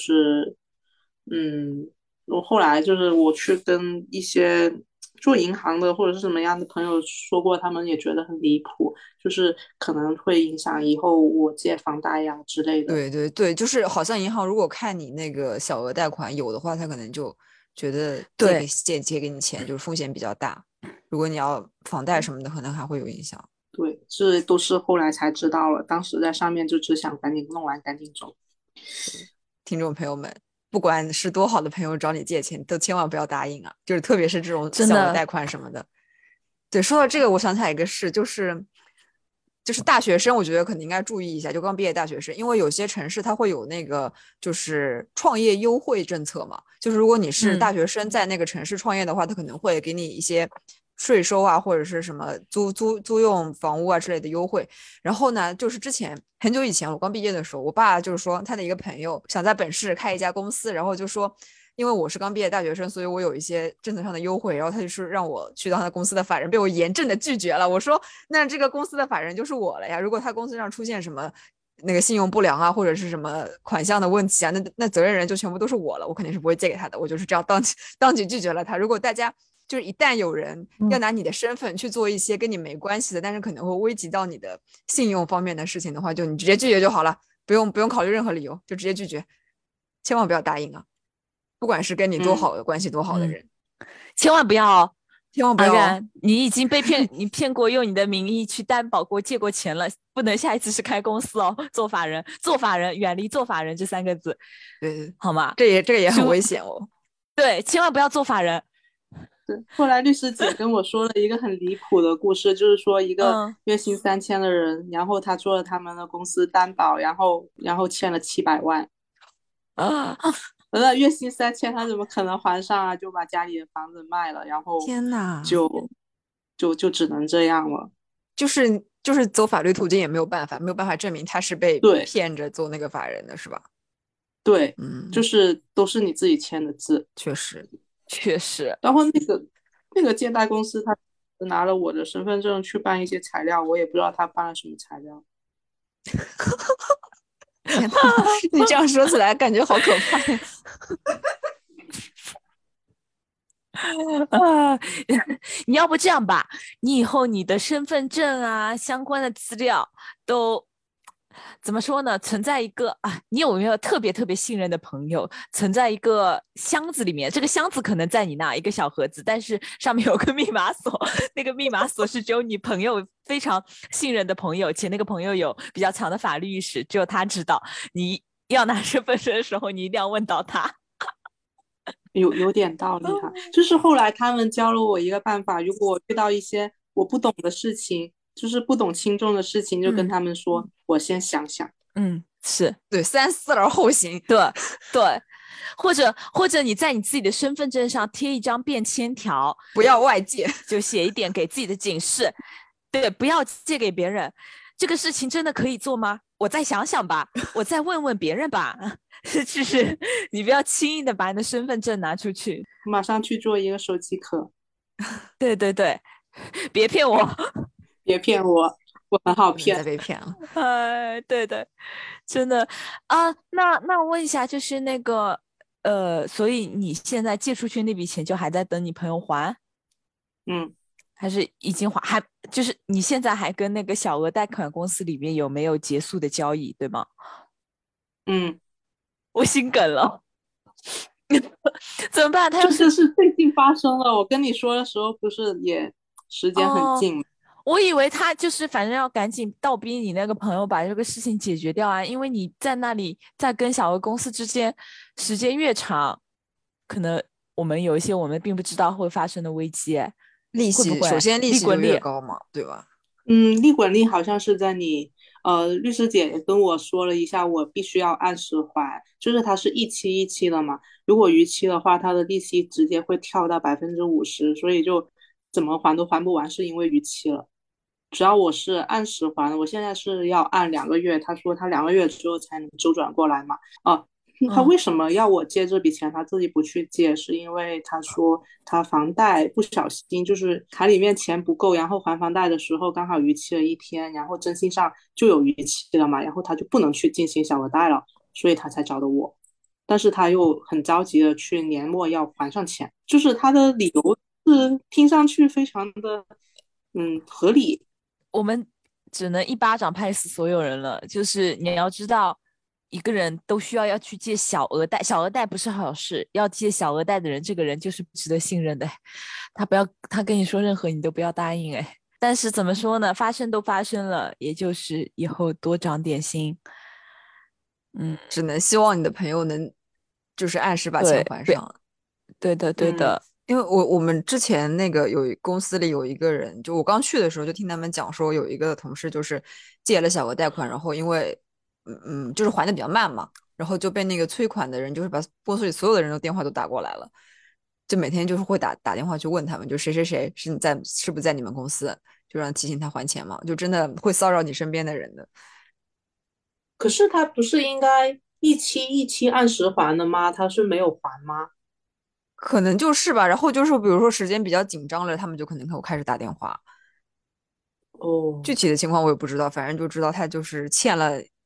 嗯，我后来就是我去跟一些做银行的或者是什么样的朋友说过，他们也觉得很离谱，就是可能会影响以后我借房贷呀之类的。 对对对，就是好像银行如果看你那个小额贷款有的话，他可能就觉得借给对， 借借给你钱就是风险比较大。如果你要房贷什么的，可能还会有影响。 对，这都是后来才知道了，当时在上面就只想赶紧弄完，赶紧走。 听众朋友们，不管是多好的朋友找你借钱，都千万不要答应啊！就是特别是这种真的， 小额贷款什么的。对，说到这个，我想起来一个事，就是就是大学生，我觉得肯定应该注意一下，就刚毕业大学生，因为有些城市它会有那个就是创业优惠政策嘛，就是如果你是嗯， 大学生在那个城市创业的话，他可能会给你一些税收啊，或者是什么租租租用房屋啊之类的优惠。然后呢，就是之前很久以前我刚毕业的时候，我爸就是说他的一个朋友想在本市开一家公司，然后就说。因为我是刚毕业大学生，所以我有一些政策上的优惠，然后他就是让我去当他公司的法人，被我严正的拒绝了。我说，那这个公司的法人就是我了呀。如果他公司上出现什么那个信用不良啊，或者是什么款项的问题啊，那那责任人就全部都是我了，我肯定是不会借给他的，我就是这样当即当即拒绝了他。如果大家就是一旦有人要拿你的身份去做一些跟你没关系的，但是可能会危及到你的信用方面的事情的话，就你直接拒绝就好了，不用不用考虑任何理由，就直接拒绝，千万不要答应啊！不管是跟你多好的、嗯、关系多好的人， 嗯、千万不要， 千万不要、啊。 你已经被骗，你骗过，用你的名义去担保过、借过钱了，不能下一次是开公司哦。做法人，做法人，远离做法人这三个字， 对， 好吗？ 这也这个也很危险哦。 对，千万不要做法人。 对，后来律师姐跟我说了一个很离谱的故事，就是说一个月薪三千的人，嗯、然后他做了他们的公司担保，然后然后欠了七百万。 啊， 那月薪三千，他怎么可能还上啊？就把家里的房子卖了，然后天哪， 就就就只能这样了。 就是就是走法律途径也没有办法，没有办法证明他是被骗着做那个法人的，是吧？ 对， 嗯， 就是都是你自己签的字， 确实确实。 然后那个那个借贷公司，他拿了我的身份证去办一些材料，我也不知道他办了什么材料。 天哪，你这样说起来感觉好可怕呀！ 啊，你要不这样吧，你以后你的身份证啊相关的资料都怎么说呢？存在一个啊，你有没有特别特别信任的朋友，存在一个箱子里面？这个箱子可能在你那一个小盒子，但是上面有个密码锁，那个密码锁是只有你朋友非常信任的朋友，且那个朋友有比较强的法律意识，只有他知道。你要拿身份证的时候，你一定要问到他。 有有点道理哈，就是后来他们教了我一个办法，如果我遇到一些我不懂的事情，就是不懂轻重的事情，就跟他们说，嗯、我先想想。 嗯，是对，三思而后行。 对对，或者或者你在你自己的身份证上贴一张便签条， 不要外借， 就写一点给自己的警示，对，不要借给别人。这个事情真的可以做吗？我再想想吧，我再问问别人吧。就是你不要轻易的把你的身份证拿出去， 马上去做一个手机壳。 对对对，别骗我， 别骗我，我很好骗。 再被骗了。 哎，对对，真的啊。那那我问一下，就是那个呃，所以你现在借出去那笔钱就还在等你朋友还？ 嗯。 还是已经还？还就是你现在还跟那个小额贷款公司里面有没有结束的交易，对吗？ 嗯， 我心梗了，怎么办？他要是这是最近发生了，我跟你说的时候不是也时间很近吗？ 哦，我以为他就是反正要赶紧倒逼你那个朋友把这个事情解决掉啊，因为你在那里在跟小额公司之间时间越长，可能我们有一些我们并不知道会发生的危机。 利息会不会首先利息就越高嘛，对吧？ 嗯，利滚利好像是在你呃，律师姐也跟我说了一下，我必须要按时还，就是它是一期一期的嘛，如果逾期的话，它的利息直接会跳到百分之五十，所以就怎么还都还不完，是因为逾期了。只要我是按时还，我现在是要按两个月，他说他两个月之后才能周转过来嘛，啊。他为什么要我借这笔钱？他自己不去借，是因为他说他房贷不小心就是卡里面钱不够，然后还房贷的时候刚好逾期了一天，然后征信上就有逾期了嘛，然后他就不能去进行小额贷了，所以他才找的我。但是他又很着急的去年末要还上钱，就是他的理由是听上去非常的嗯合理。 我们只能一巴掌拍死所有人了，就是你要知道。一个人都需要要去借小额贷，小额贷不是好事，要借小额贷的人，这个人就是不值得信任的。他不要，他跟你说任何你都不要答应。哎，但是怎么说呢？发生都发生了，也就是以后多长点心。嗯， 只能希望你的朋友能就是按时把钱还上。 对的，对的。 嗯，因为我我们之前那个有公司里有一个人，就我刚去的时候就听他们讲说，有一个同事就是借了小额贷款，然后因为嗯嗯就是还的比较慢嘛，然后就被那个催款的人就是把公司里所有的人的电话都打过来了，就每天就是会打打电话去问他们，就谁谁谁是你在是不是在你们公司，就让提醒他还钱嘛，就真的会骚扰你身边的人的。 可是他不是应该一期一期按时还的吗？他是没有还吗？ 可能就是吧，然后就是比如说时间比较紧张了，他们就可能开始打电话。 哦， 具体的情况我也不知道，反正就知道他就是欠了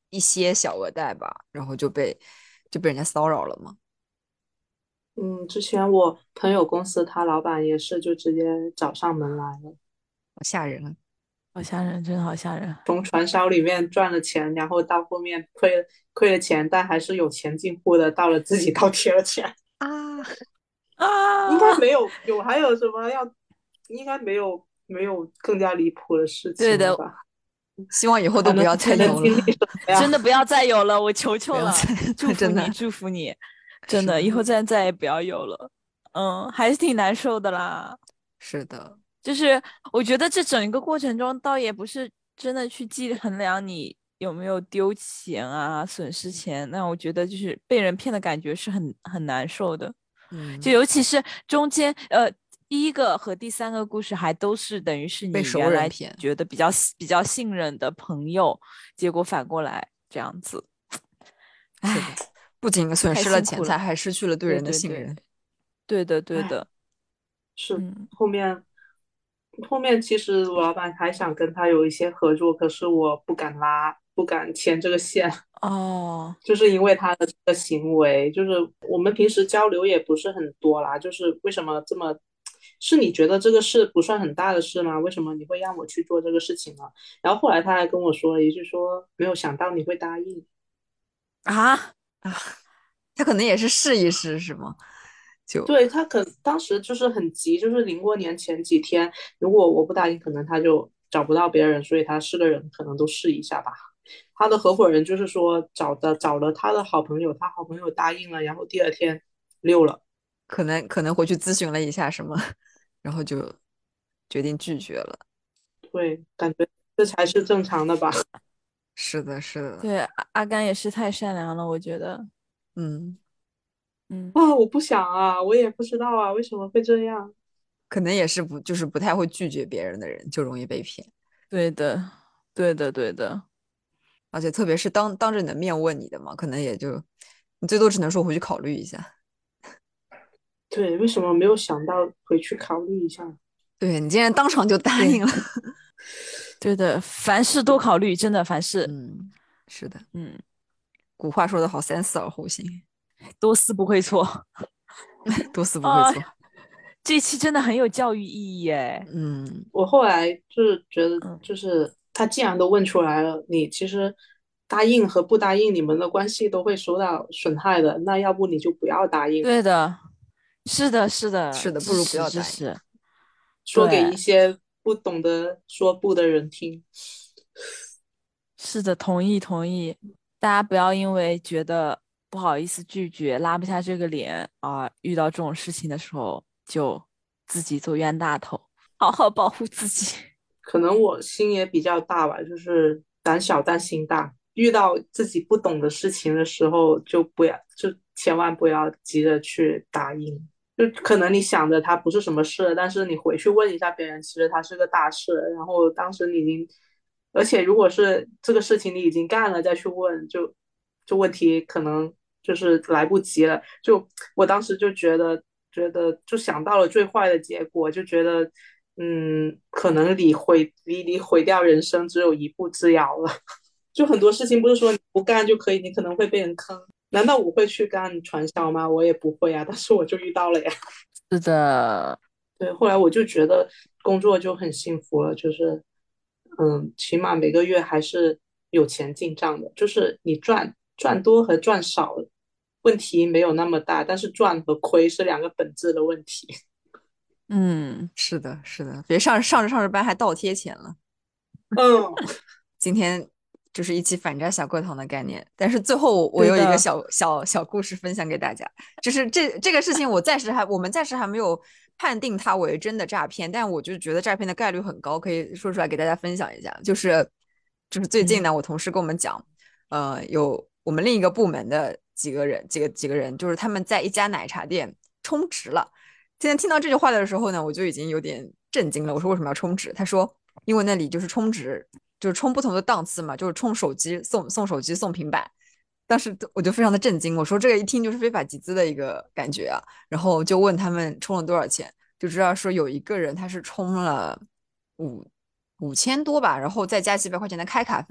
一些小额贷吧，然后就被就被人家骚扰了嘛。 嗯，之前我朋友公司他老板也是就直接找上门来了， 好吓人啊！ 好吓人，真的好吓人。 从传销里面赚了钱，然后到后面亏了亏了钱，但还是有钱进户的，到了自己倒贴了钱。 啊应该啊， 没有有还有什么要，应该没有没有更加离谱的事对的， 情了吧？ 希望以后都还能不要再还能有了， 经历什么呀？ 真的不要再有了，我求求了， 不要再， 祝福你， 真的祝福你，真的， 是的， 以后再再也不要有了。嗯，还是挺难受的啦。 是的， 就是我觉得这整一个过程中，倒也不是真的去计衡量你有没有丢钱啊、损失钱，那我觉得就是被人骗的感觉是很很难受的。就嗯， 尤其是中间，呃，第一个和第三个故事还都是等于是被你原来熟人骗， 觉得比较比较信任的朋友，结果反过来这样子， 是的， 唉， 不仅损太失了钱财， 辛苦了。 还失去了对对人的对对， 信任。 对的对哎， 的， 是嗯。 后面后面其实我老板还想跟他有一些合作，可是我不敢拉，不敢牵这个线。 哦， 就是因为他的这个行为，就是我们平时交流也不是很多啦，就是为什么这么，是你觉得这个事不算很大的事吗？为什么你会让我去做这个事情呢？然后后来他还跟我说了一句说，没有想到你会答应。 啊， 啊，他可能也是试一试，是吗？就对，他可当时就是很急，就是临过年前几天，如果我不答应，可能他就找不到别人，所以他是个人可能都试一下吧。他的合伙人就是说找的找了他的好朋友，他好朋友答应了，然后第二天溜了。 可能可能回去咨询了一下什么，然后就决定拒绝了。 对，感觉这才是正常的吧。 是的，是的， 对，阿阿甘也是太善良了，我觉得， 嗯， 嗯， 啊，我不想啊，我也不知道啊，为什么会这样？ 可能也是不就是不太会拒绝别人的人，就容易被骗。 对的，对的，对的， 而且特别是当当着你的面问你的嘛，可能也就你最多只能说回去考虑一下。 对，为什么没有想到回去考虑一下？ 对你竟然当场就答对， 应了， 对的，凡事多考虑，真的，凡事， 嗯，是的， 嗯， 古话说得好，三思而后行， 多思不会错。 多思不会啊， 错。 这一期真的很有教育意义诶。 嗯， 我后来就是觉得， 嗯， 就是他既然都问出来了，你其实答应和不答应，你们的关系都会受到损害的。那要不你就不要答应， 对的，是的，是的， 是的，不如不支持要答应。 支持， 说给对， 一些不懂得说不的人听。 是的，同意同意。大家不要因为觉得不好意思拒绝，拉不下这个脸啊，遇到这种事情的时候就自己做冤大头，好好保护自己。 可能我心也比较大吧，就是胆小但心大。遇到自己不懂的事情的时候，就不要，就千万不要急着去答应。就可能你想着它不是什么事，但是你回去问一下别人，其实它是个大事。然后当时你已经，而且如果是这个事情你已经干了再去问，就就问题可能就是来不及了。就我当时就觉得，觉得就想到了最坏的结果，就觉得，嗯，可能离毁离离毁掉人生只有一步之遥了。就很多事情不是说你不干就可以，你可能会被人坑。难道我会去干传销吗？我也不会啊，但是我就遇到了呀。 是的， 对，后来我就觉得工作就很幸福了，就是嗯，起码每个月还是有钱进账的，就是你赚赚多和赚少问题没有那么大，但是赚和亏是两个本质的问题。 嗯， 是的，是的，别上上着上着班还倒贴钱了。 嗯， 今天就是一期反诈小课堂的概念，但是最后我有一个对的， 小小小故事分享给大家，就是这这个事情我暂时还我们暂时还没有判定它为真的诈骗，但我就觉得诈骗的概率很高，可以说出来给大家分享一下。就是就是最近嗯呢，我同事跟我们讲，呃，有我们另一个部门的几个人，几个几个人，就是他们在一家奶茶店充值了。今天听到这句话的时候呢，我就已经有点震惊了。我说为什么要充值？他说因为那里就是充值，就是充不同的档次嘛，就是充手机送送手机送平板。当时我就非常的震惊，我说这个一听就是非法集资的一个感觉啊。然后就问他们充了多少钱，就知道说有一个人他是充了五五千多吧，然后再加几百块钱的开卡费，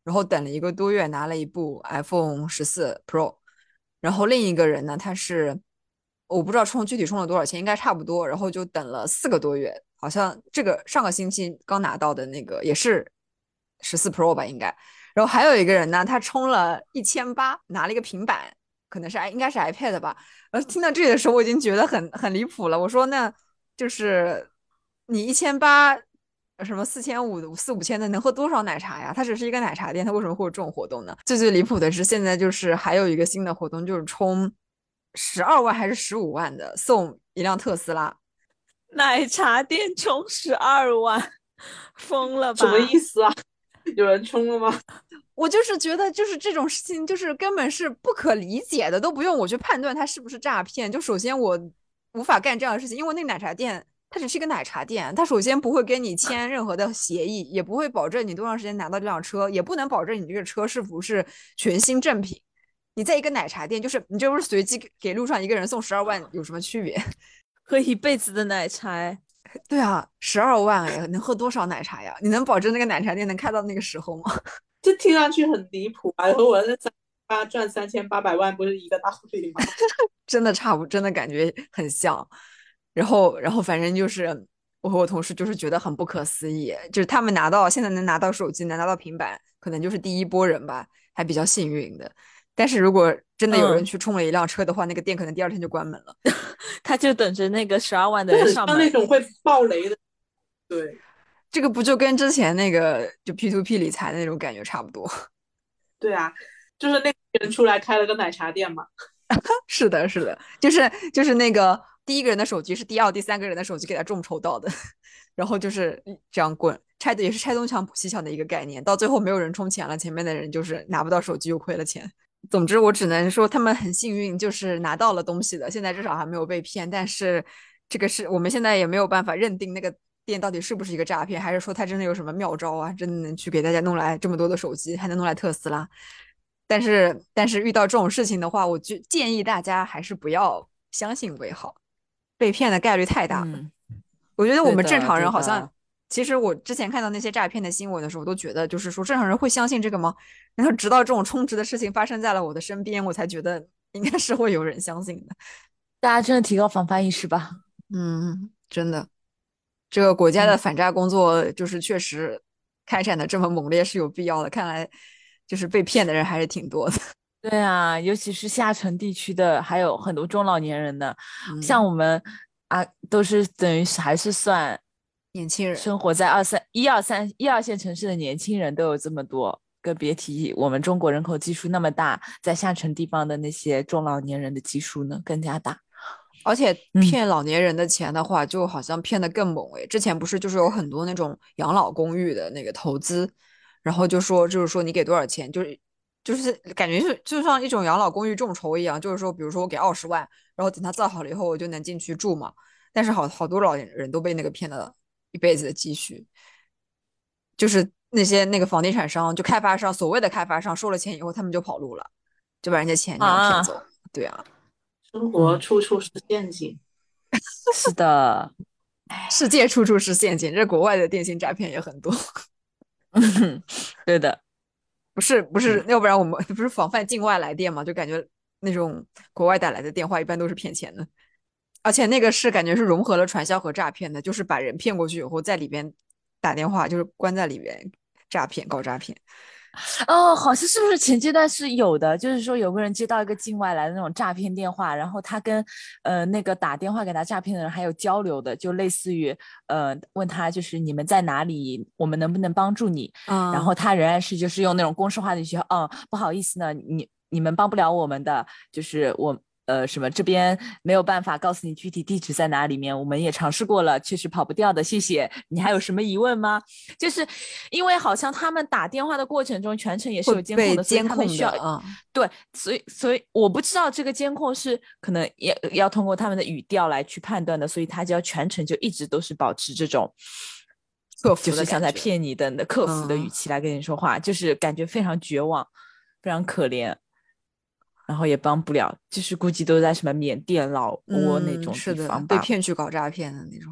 然后等了一个多月拿了一部 iPhone 十四 Pro。然后另一个人呢，他是我不知道充具体充了多少钱，应该差不多，然后就等了四个多月，好像这个上个星期刚拿到的那个也是十四 Pro 吧，应该。然后还有一个人呢，他充了一千八，拿了一个平板，可能是应该是 iPad 吧。然后听到这里的时候，我已经觉得很很离谱了。我说那就是你一千八。什么四千五、四五千的能喝多少奶茶呀？它只是一个奶茶店，它为什么会有这种活动呢？最最离谱的是，现在就是还有一个新的活动，就是充十二万还是十五万的送一辆特斯拉。 奶茶店充十二万，疯了吧？ 什么意思啊？有人充了吗？ 我就是觉得，就是这种事情，就是根本是不可理解的，都不用我去判断它是不是诈骗。就首先我无法干这样的事情，因为那个奶茶店。它只是一个奶茶店，它首先不会跟你签任何的协议，也不会保证你多长时间拿到这辆车，也不能保证你这个车是不是全新正品。你在一个奶茶店，就是你这不是随机给路上一个人送十二万，有什么区别？ 喝一辈子的奶茶。 对啊，十二万哎，能喝多少奶茶呀？你能保证那个奶茶店能开到那个时候吗？ 这听上去很离谱啊！和我在三八赚三千八百万不是一个道理吗？ 真的差不，真的感觉很像。然后，然后反正就是我和我同事就是觉得很不可思议，就是他们拿到现在能拿到手机，能拿到平板，可能就是第一波人吧，还比较幸运的。但是如果真的有人去充了一辆车的话，嗯、那个店可能第二天就关门了。 他就等着那个十二万的人上门。 那种会爆雷的，对， 这个不就跟之前那个就 P to P 理财的那种感觉差不多？ 对啊，就是那个人出来开了个奶茶店嘛。 是的，是的，就是就是那个。第一个人的手机是第二、第三个人的手机给他众筹到的，然后就是这样滚拆的，也是拆东墙补西墙的一个概念。到最后没有人充钱了，前面的人就是拿不到手机又亏了钱。总之，我只能说他们很幸运，就是拿到了东西的，现在至少还没有被骗。但是这个是我们现在也没有办法认定那个店到底是不是一个诈骗，还是说他真的有什么妙招啊，真的能去给大家弄来这么多的手机，还能弄来特斯拉。但是但是遇到这种事情的话，我就建议大家还是不要相信为好。被骗的概率太大了， 嗯， 我觉得我们正常人好像，其实我之前看到那些诈骗的新闻的时候，我都觉得就是说正常人会相信这个吗？然后直到这种充值的事情发生在了我的身边，我才觉得应该是会有人相信的。 大家真的提高防范意识吧。 嗯，真的，这个国家的反诈工作就是确实开展的这么猛烈是有必要的。看来就是被骗的人还是挺多的。 对啊，尤其是下沉地区的，还有很多中老年人的， 嗯、 像我们啊，都是等于还是算年轻人， 生活在二三一二三一二线城市的年轻人都有这么多，更别提我们中国人口基数那么大，在下沉地方的那些中老年人的基数呢更加大。 而且骗老年人的钱的话，嗯、就好像骗得更猛诶。之前不是就是有很多那种养老公寓的那个投资，然后就说就是说你给多少钱，就是就是感觉是就像一种养老公寓众筹一样，就是说比如说我给二十万，然后等他造好了以后我就能进去住嘛。但是好好多老年人都被那个骗了一辈子的积蓄，就是那些那个房地产商就开发商所谓的开发商收了钱以后他们就跑路了，就把人家钱这样骗走。啊对啊。 生活处处是陷阱， 嗯、是的， 世界处处是陷阱，这国外的电信诈骗也很多。 对的， 不是不是，要不然我们不是防范境外来电嘛？就感觉那种国外打来的电话一般都是骗钱的，而且那个是感觉是融合了传销和诈骗的，就是把人骗过去以后在里边打电话，就是关在里边诈骗搞诈骗。 哦，好像是不是前阶段是有的，就是说有个人接到一个境外来的那种诈骗电话，然后他跟呃那个打电话给他诈骗的人还有交流的，就类似于呃问他就是你们在哪里，我们能不能帮助你？ 嗯， 然后他仍然是就是用那种公式化的语气，嗯，不好意思呢，你你们帮不了我们的，就是我。呃，什么这边没有办法告诉你具体地址在哪里面，我们也尝试过了，确实跑不掉的，谢谢。你还有什么疑问吗？就是因为好像他们打电话的过程中全程也是有监控的， 监控的所以他们需要、 嗯、 对，所以所以我不知道这个监控是可能也要通过他们的语调来去判断的，所以他就要全程就一直都是保持这种客服就是像在骗你的客服的语气来跟你说话，嗯、就是感觉非常绝望，非常可怜。然后也帮不了，就是估计都在什么缅甸、老挝那种地方吧、 嗯、是的，被骗去搞诈骗的那种。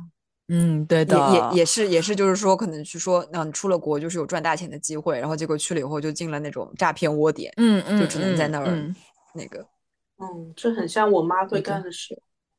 嗯，对的， 也也也是也是，就是说可能去说，嗯，出了国就是有赚大钱的机会，然后结果去了以后就进了那种诈骗窝点， 嗯嗯， 就只能在那儿、 嗯嗯、 那个， 嗯，这很像我妈会干的事。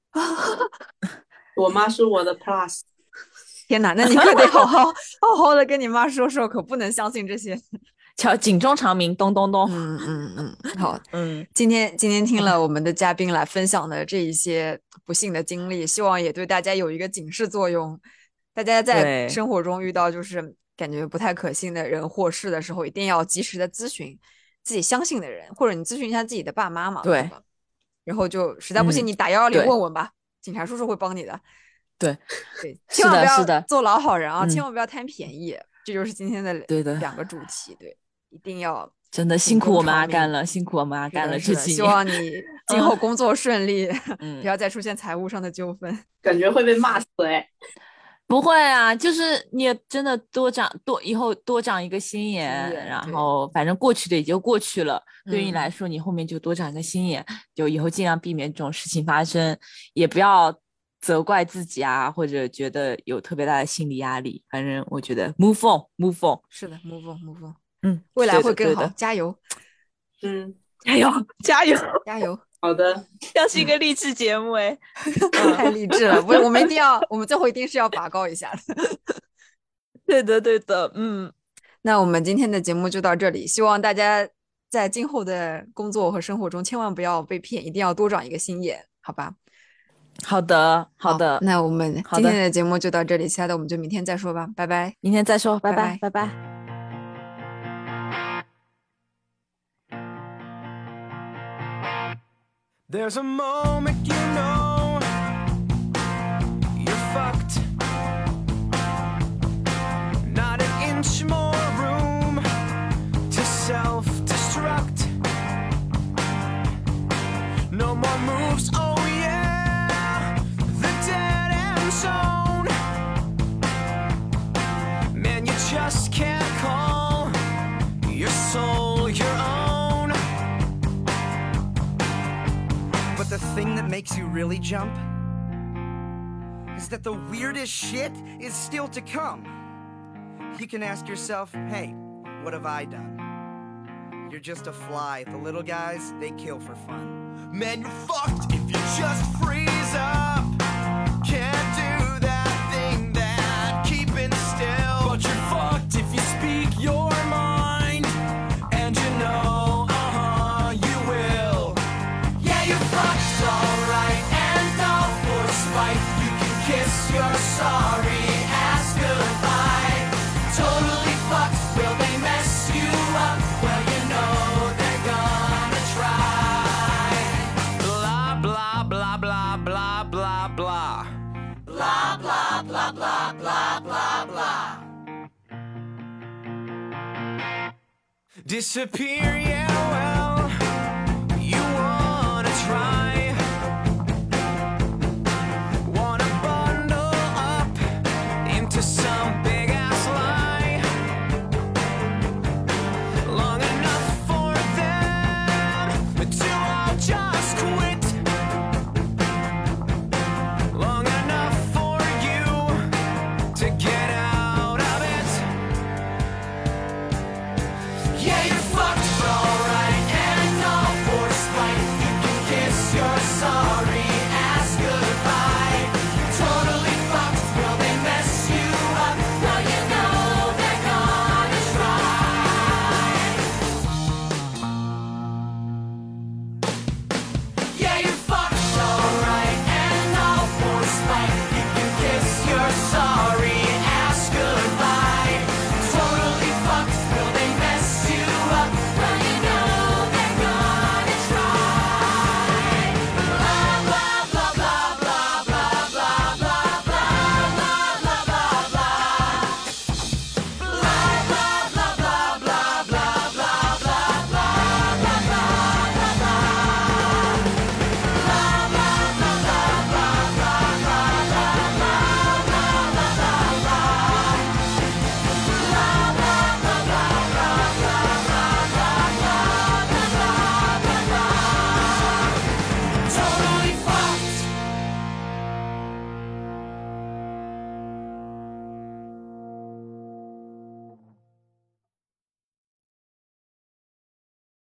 我妈是我的 plus。 天哪，那你可得好好好好的跟你妈说说，可不能相信这些。 敲警钟长鸣，咚咚咚。 嗯嗯嗯，好， 嗯， 今天今天听了我们的嘉宾来分享的这一些不幸的经历，希望也对大家有一个警示作用。大家在生活中遇到就是感觉不太可信的人或事的时候，一定要及时的咨询自己相信的人，或者你咨询一下自己的爸妈嘛，对吧？然后就实在不行， 嗯、 你打幺幺零问问吧，警察叔叔会帮你的。 对对，千万不要做老好人啊， 嗯、 千万不要贪便宜，这就是今天的对的两个主题。对，一定要真的辛苦我们阿甘了，辛苦我们阿甘了，这几年。 希望你今后工作顺利， 嗯、 不要再出现财务上的纠纷。 感觉会被骂死哎。 不会啊，就是你也真的多长多以后多长一个心眼， 心眼然后反正过去的也就过去了。对于你来说， 嗯、 你后面就多长一个心眼，就以后尽量避免这种事情发生，也不要责怪自己啊，或者觉得有特别大的心理压力。反正我觉得 move on，move on。 是的 ，move on，move on。 嗯， 未来会更好，加油。 嗯， 加油，加油， 加油。 好的， 要是一个励志节目哎， 太励志了！不是，我们一定要，我们最后一定是要拔高一下的。 对的，对的，嗯。 那我们今天的节目就到这里，希望大家在今后的工作和生活中千万不要被骗，一定要多长一个心眼，好吧？ 好的，好的。 那我们今天的节目就到这里，其他的我们就明天再说吧，拜拜。 明天再说，拜拜，拜拜。 There's a moment you know you're fucked. Not an inch more room to self-destruct. No more moves, oh yeah, the dead end zone. Man, you just can't call your soul your own. But the thing that makes you really jump is that the weirdest shit is still to come. You can ask yourself, hey, what have I done? You're just a fly. The little guys, they kill for fun. Man, you're fucked if you just freeze up. Can't do that thing that keeping still. But you're fucked if you speak your mind. And you know, uh-huh, you will. Yeah, you're fucked, alright. And all for spite, you can kiss your sorry ass goodbye. Totally fucked, will they mess you up? Well, you know they're gonna try. Blah, blah, blah, blah, blah, blah, blah. Blah, blah, blah, blah, blah, blah, blah. Disappear, yeah, well,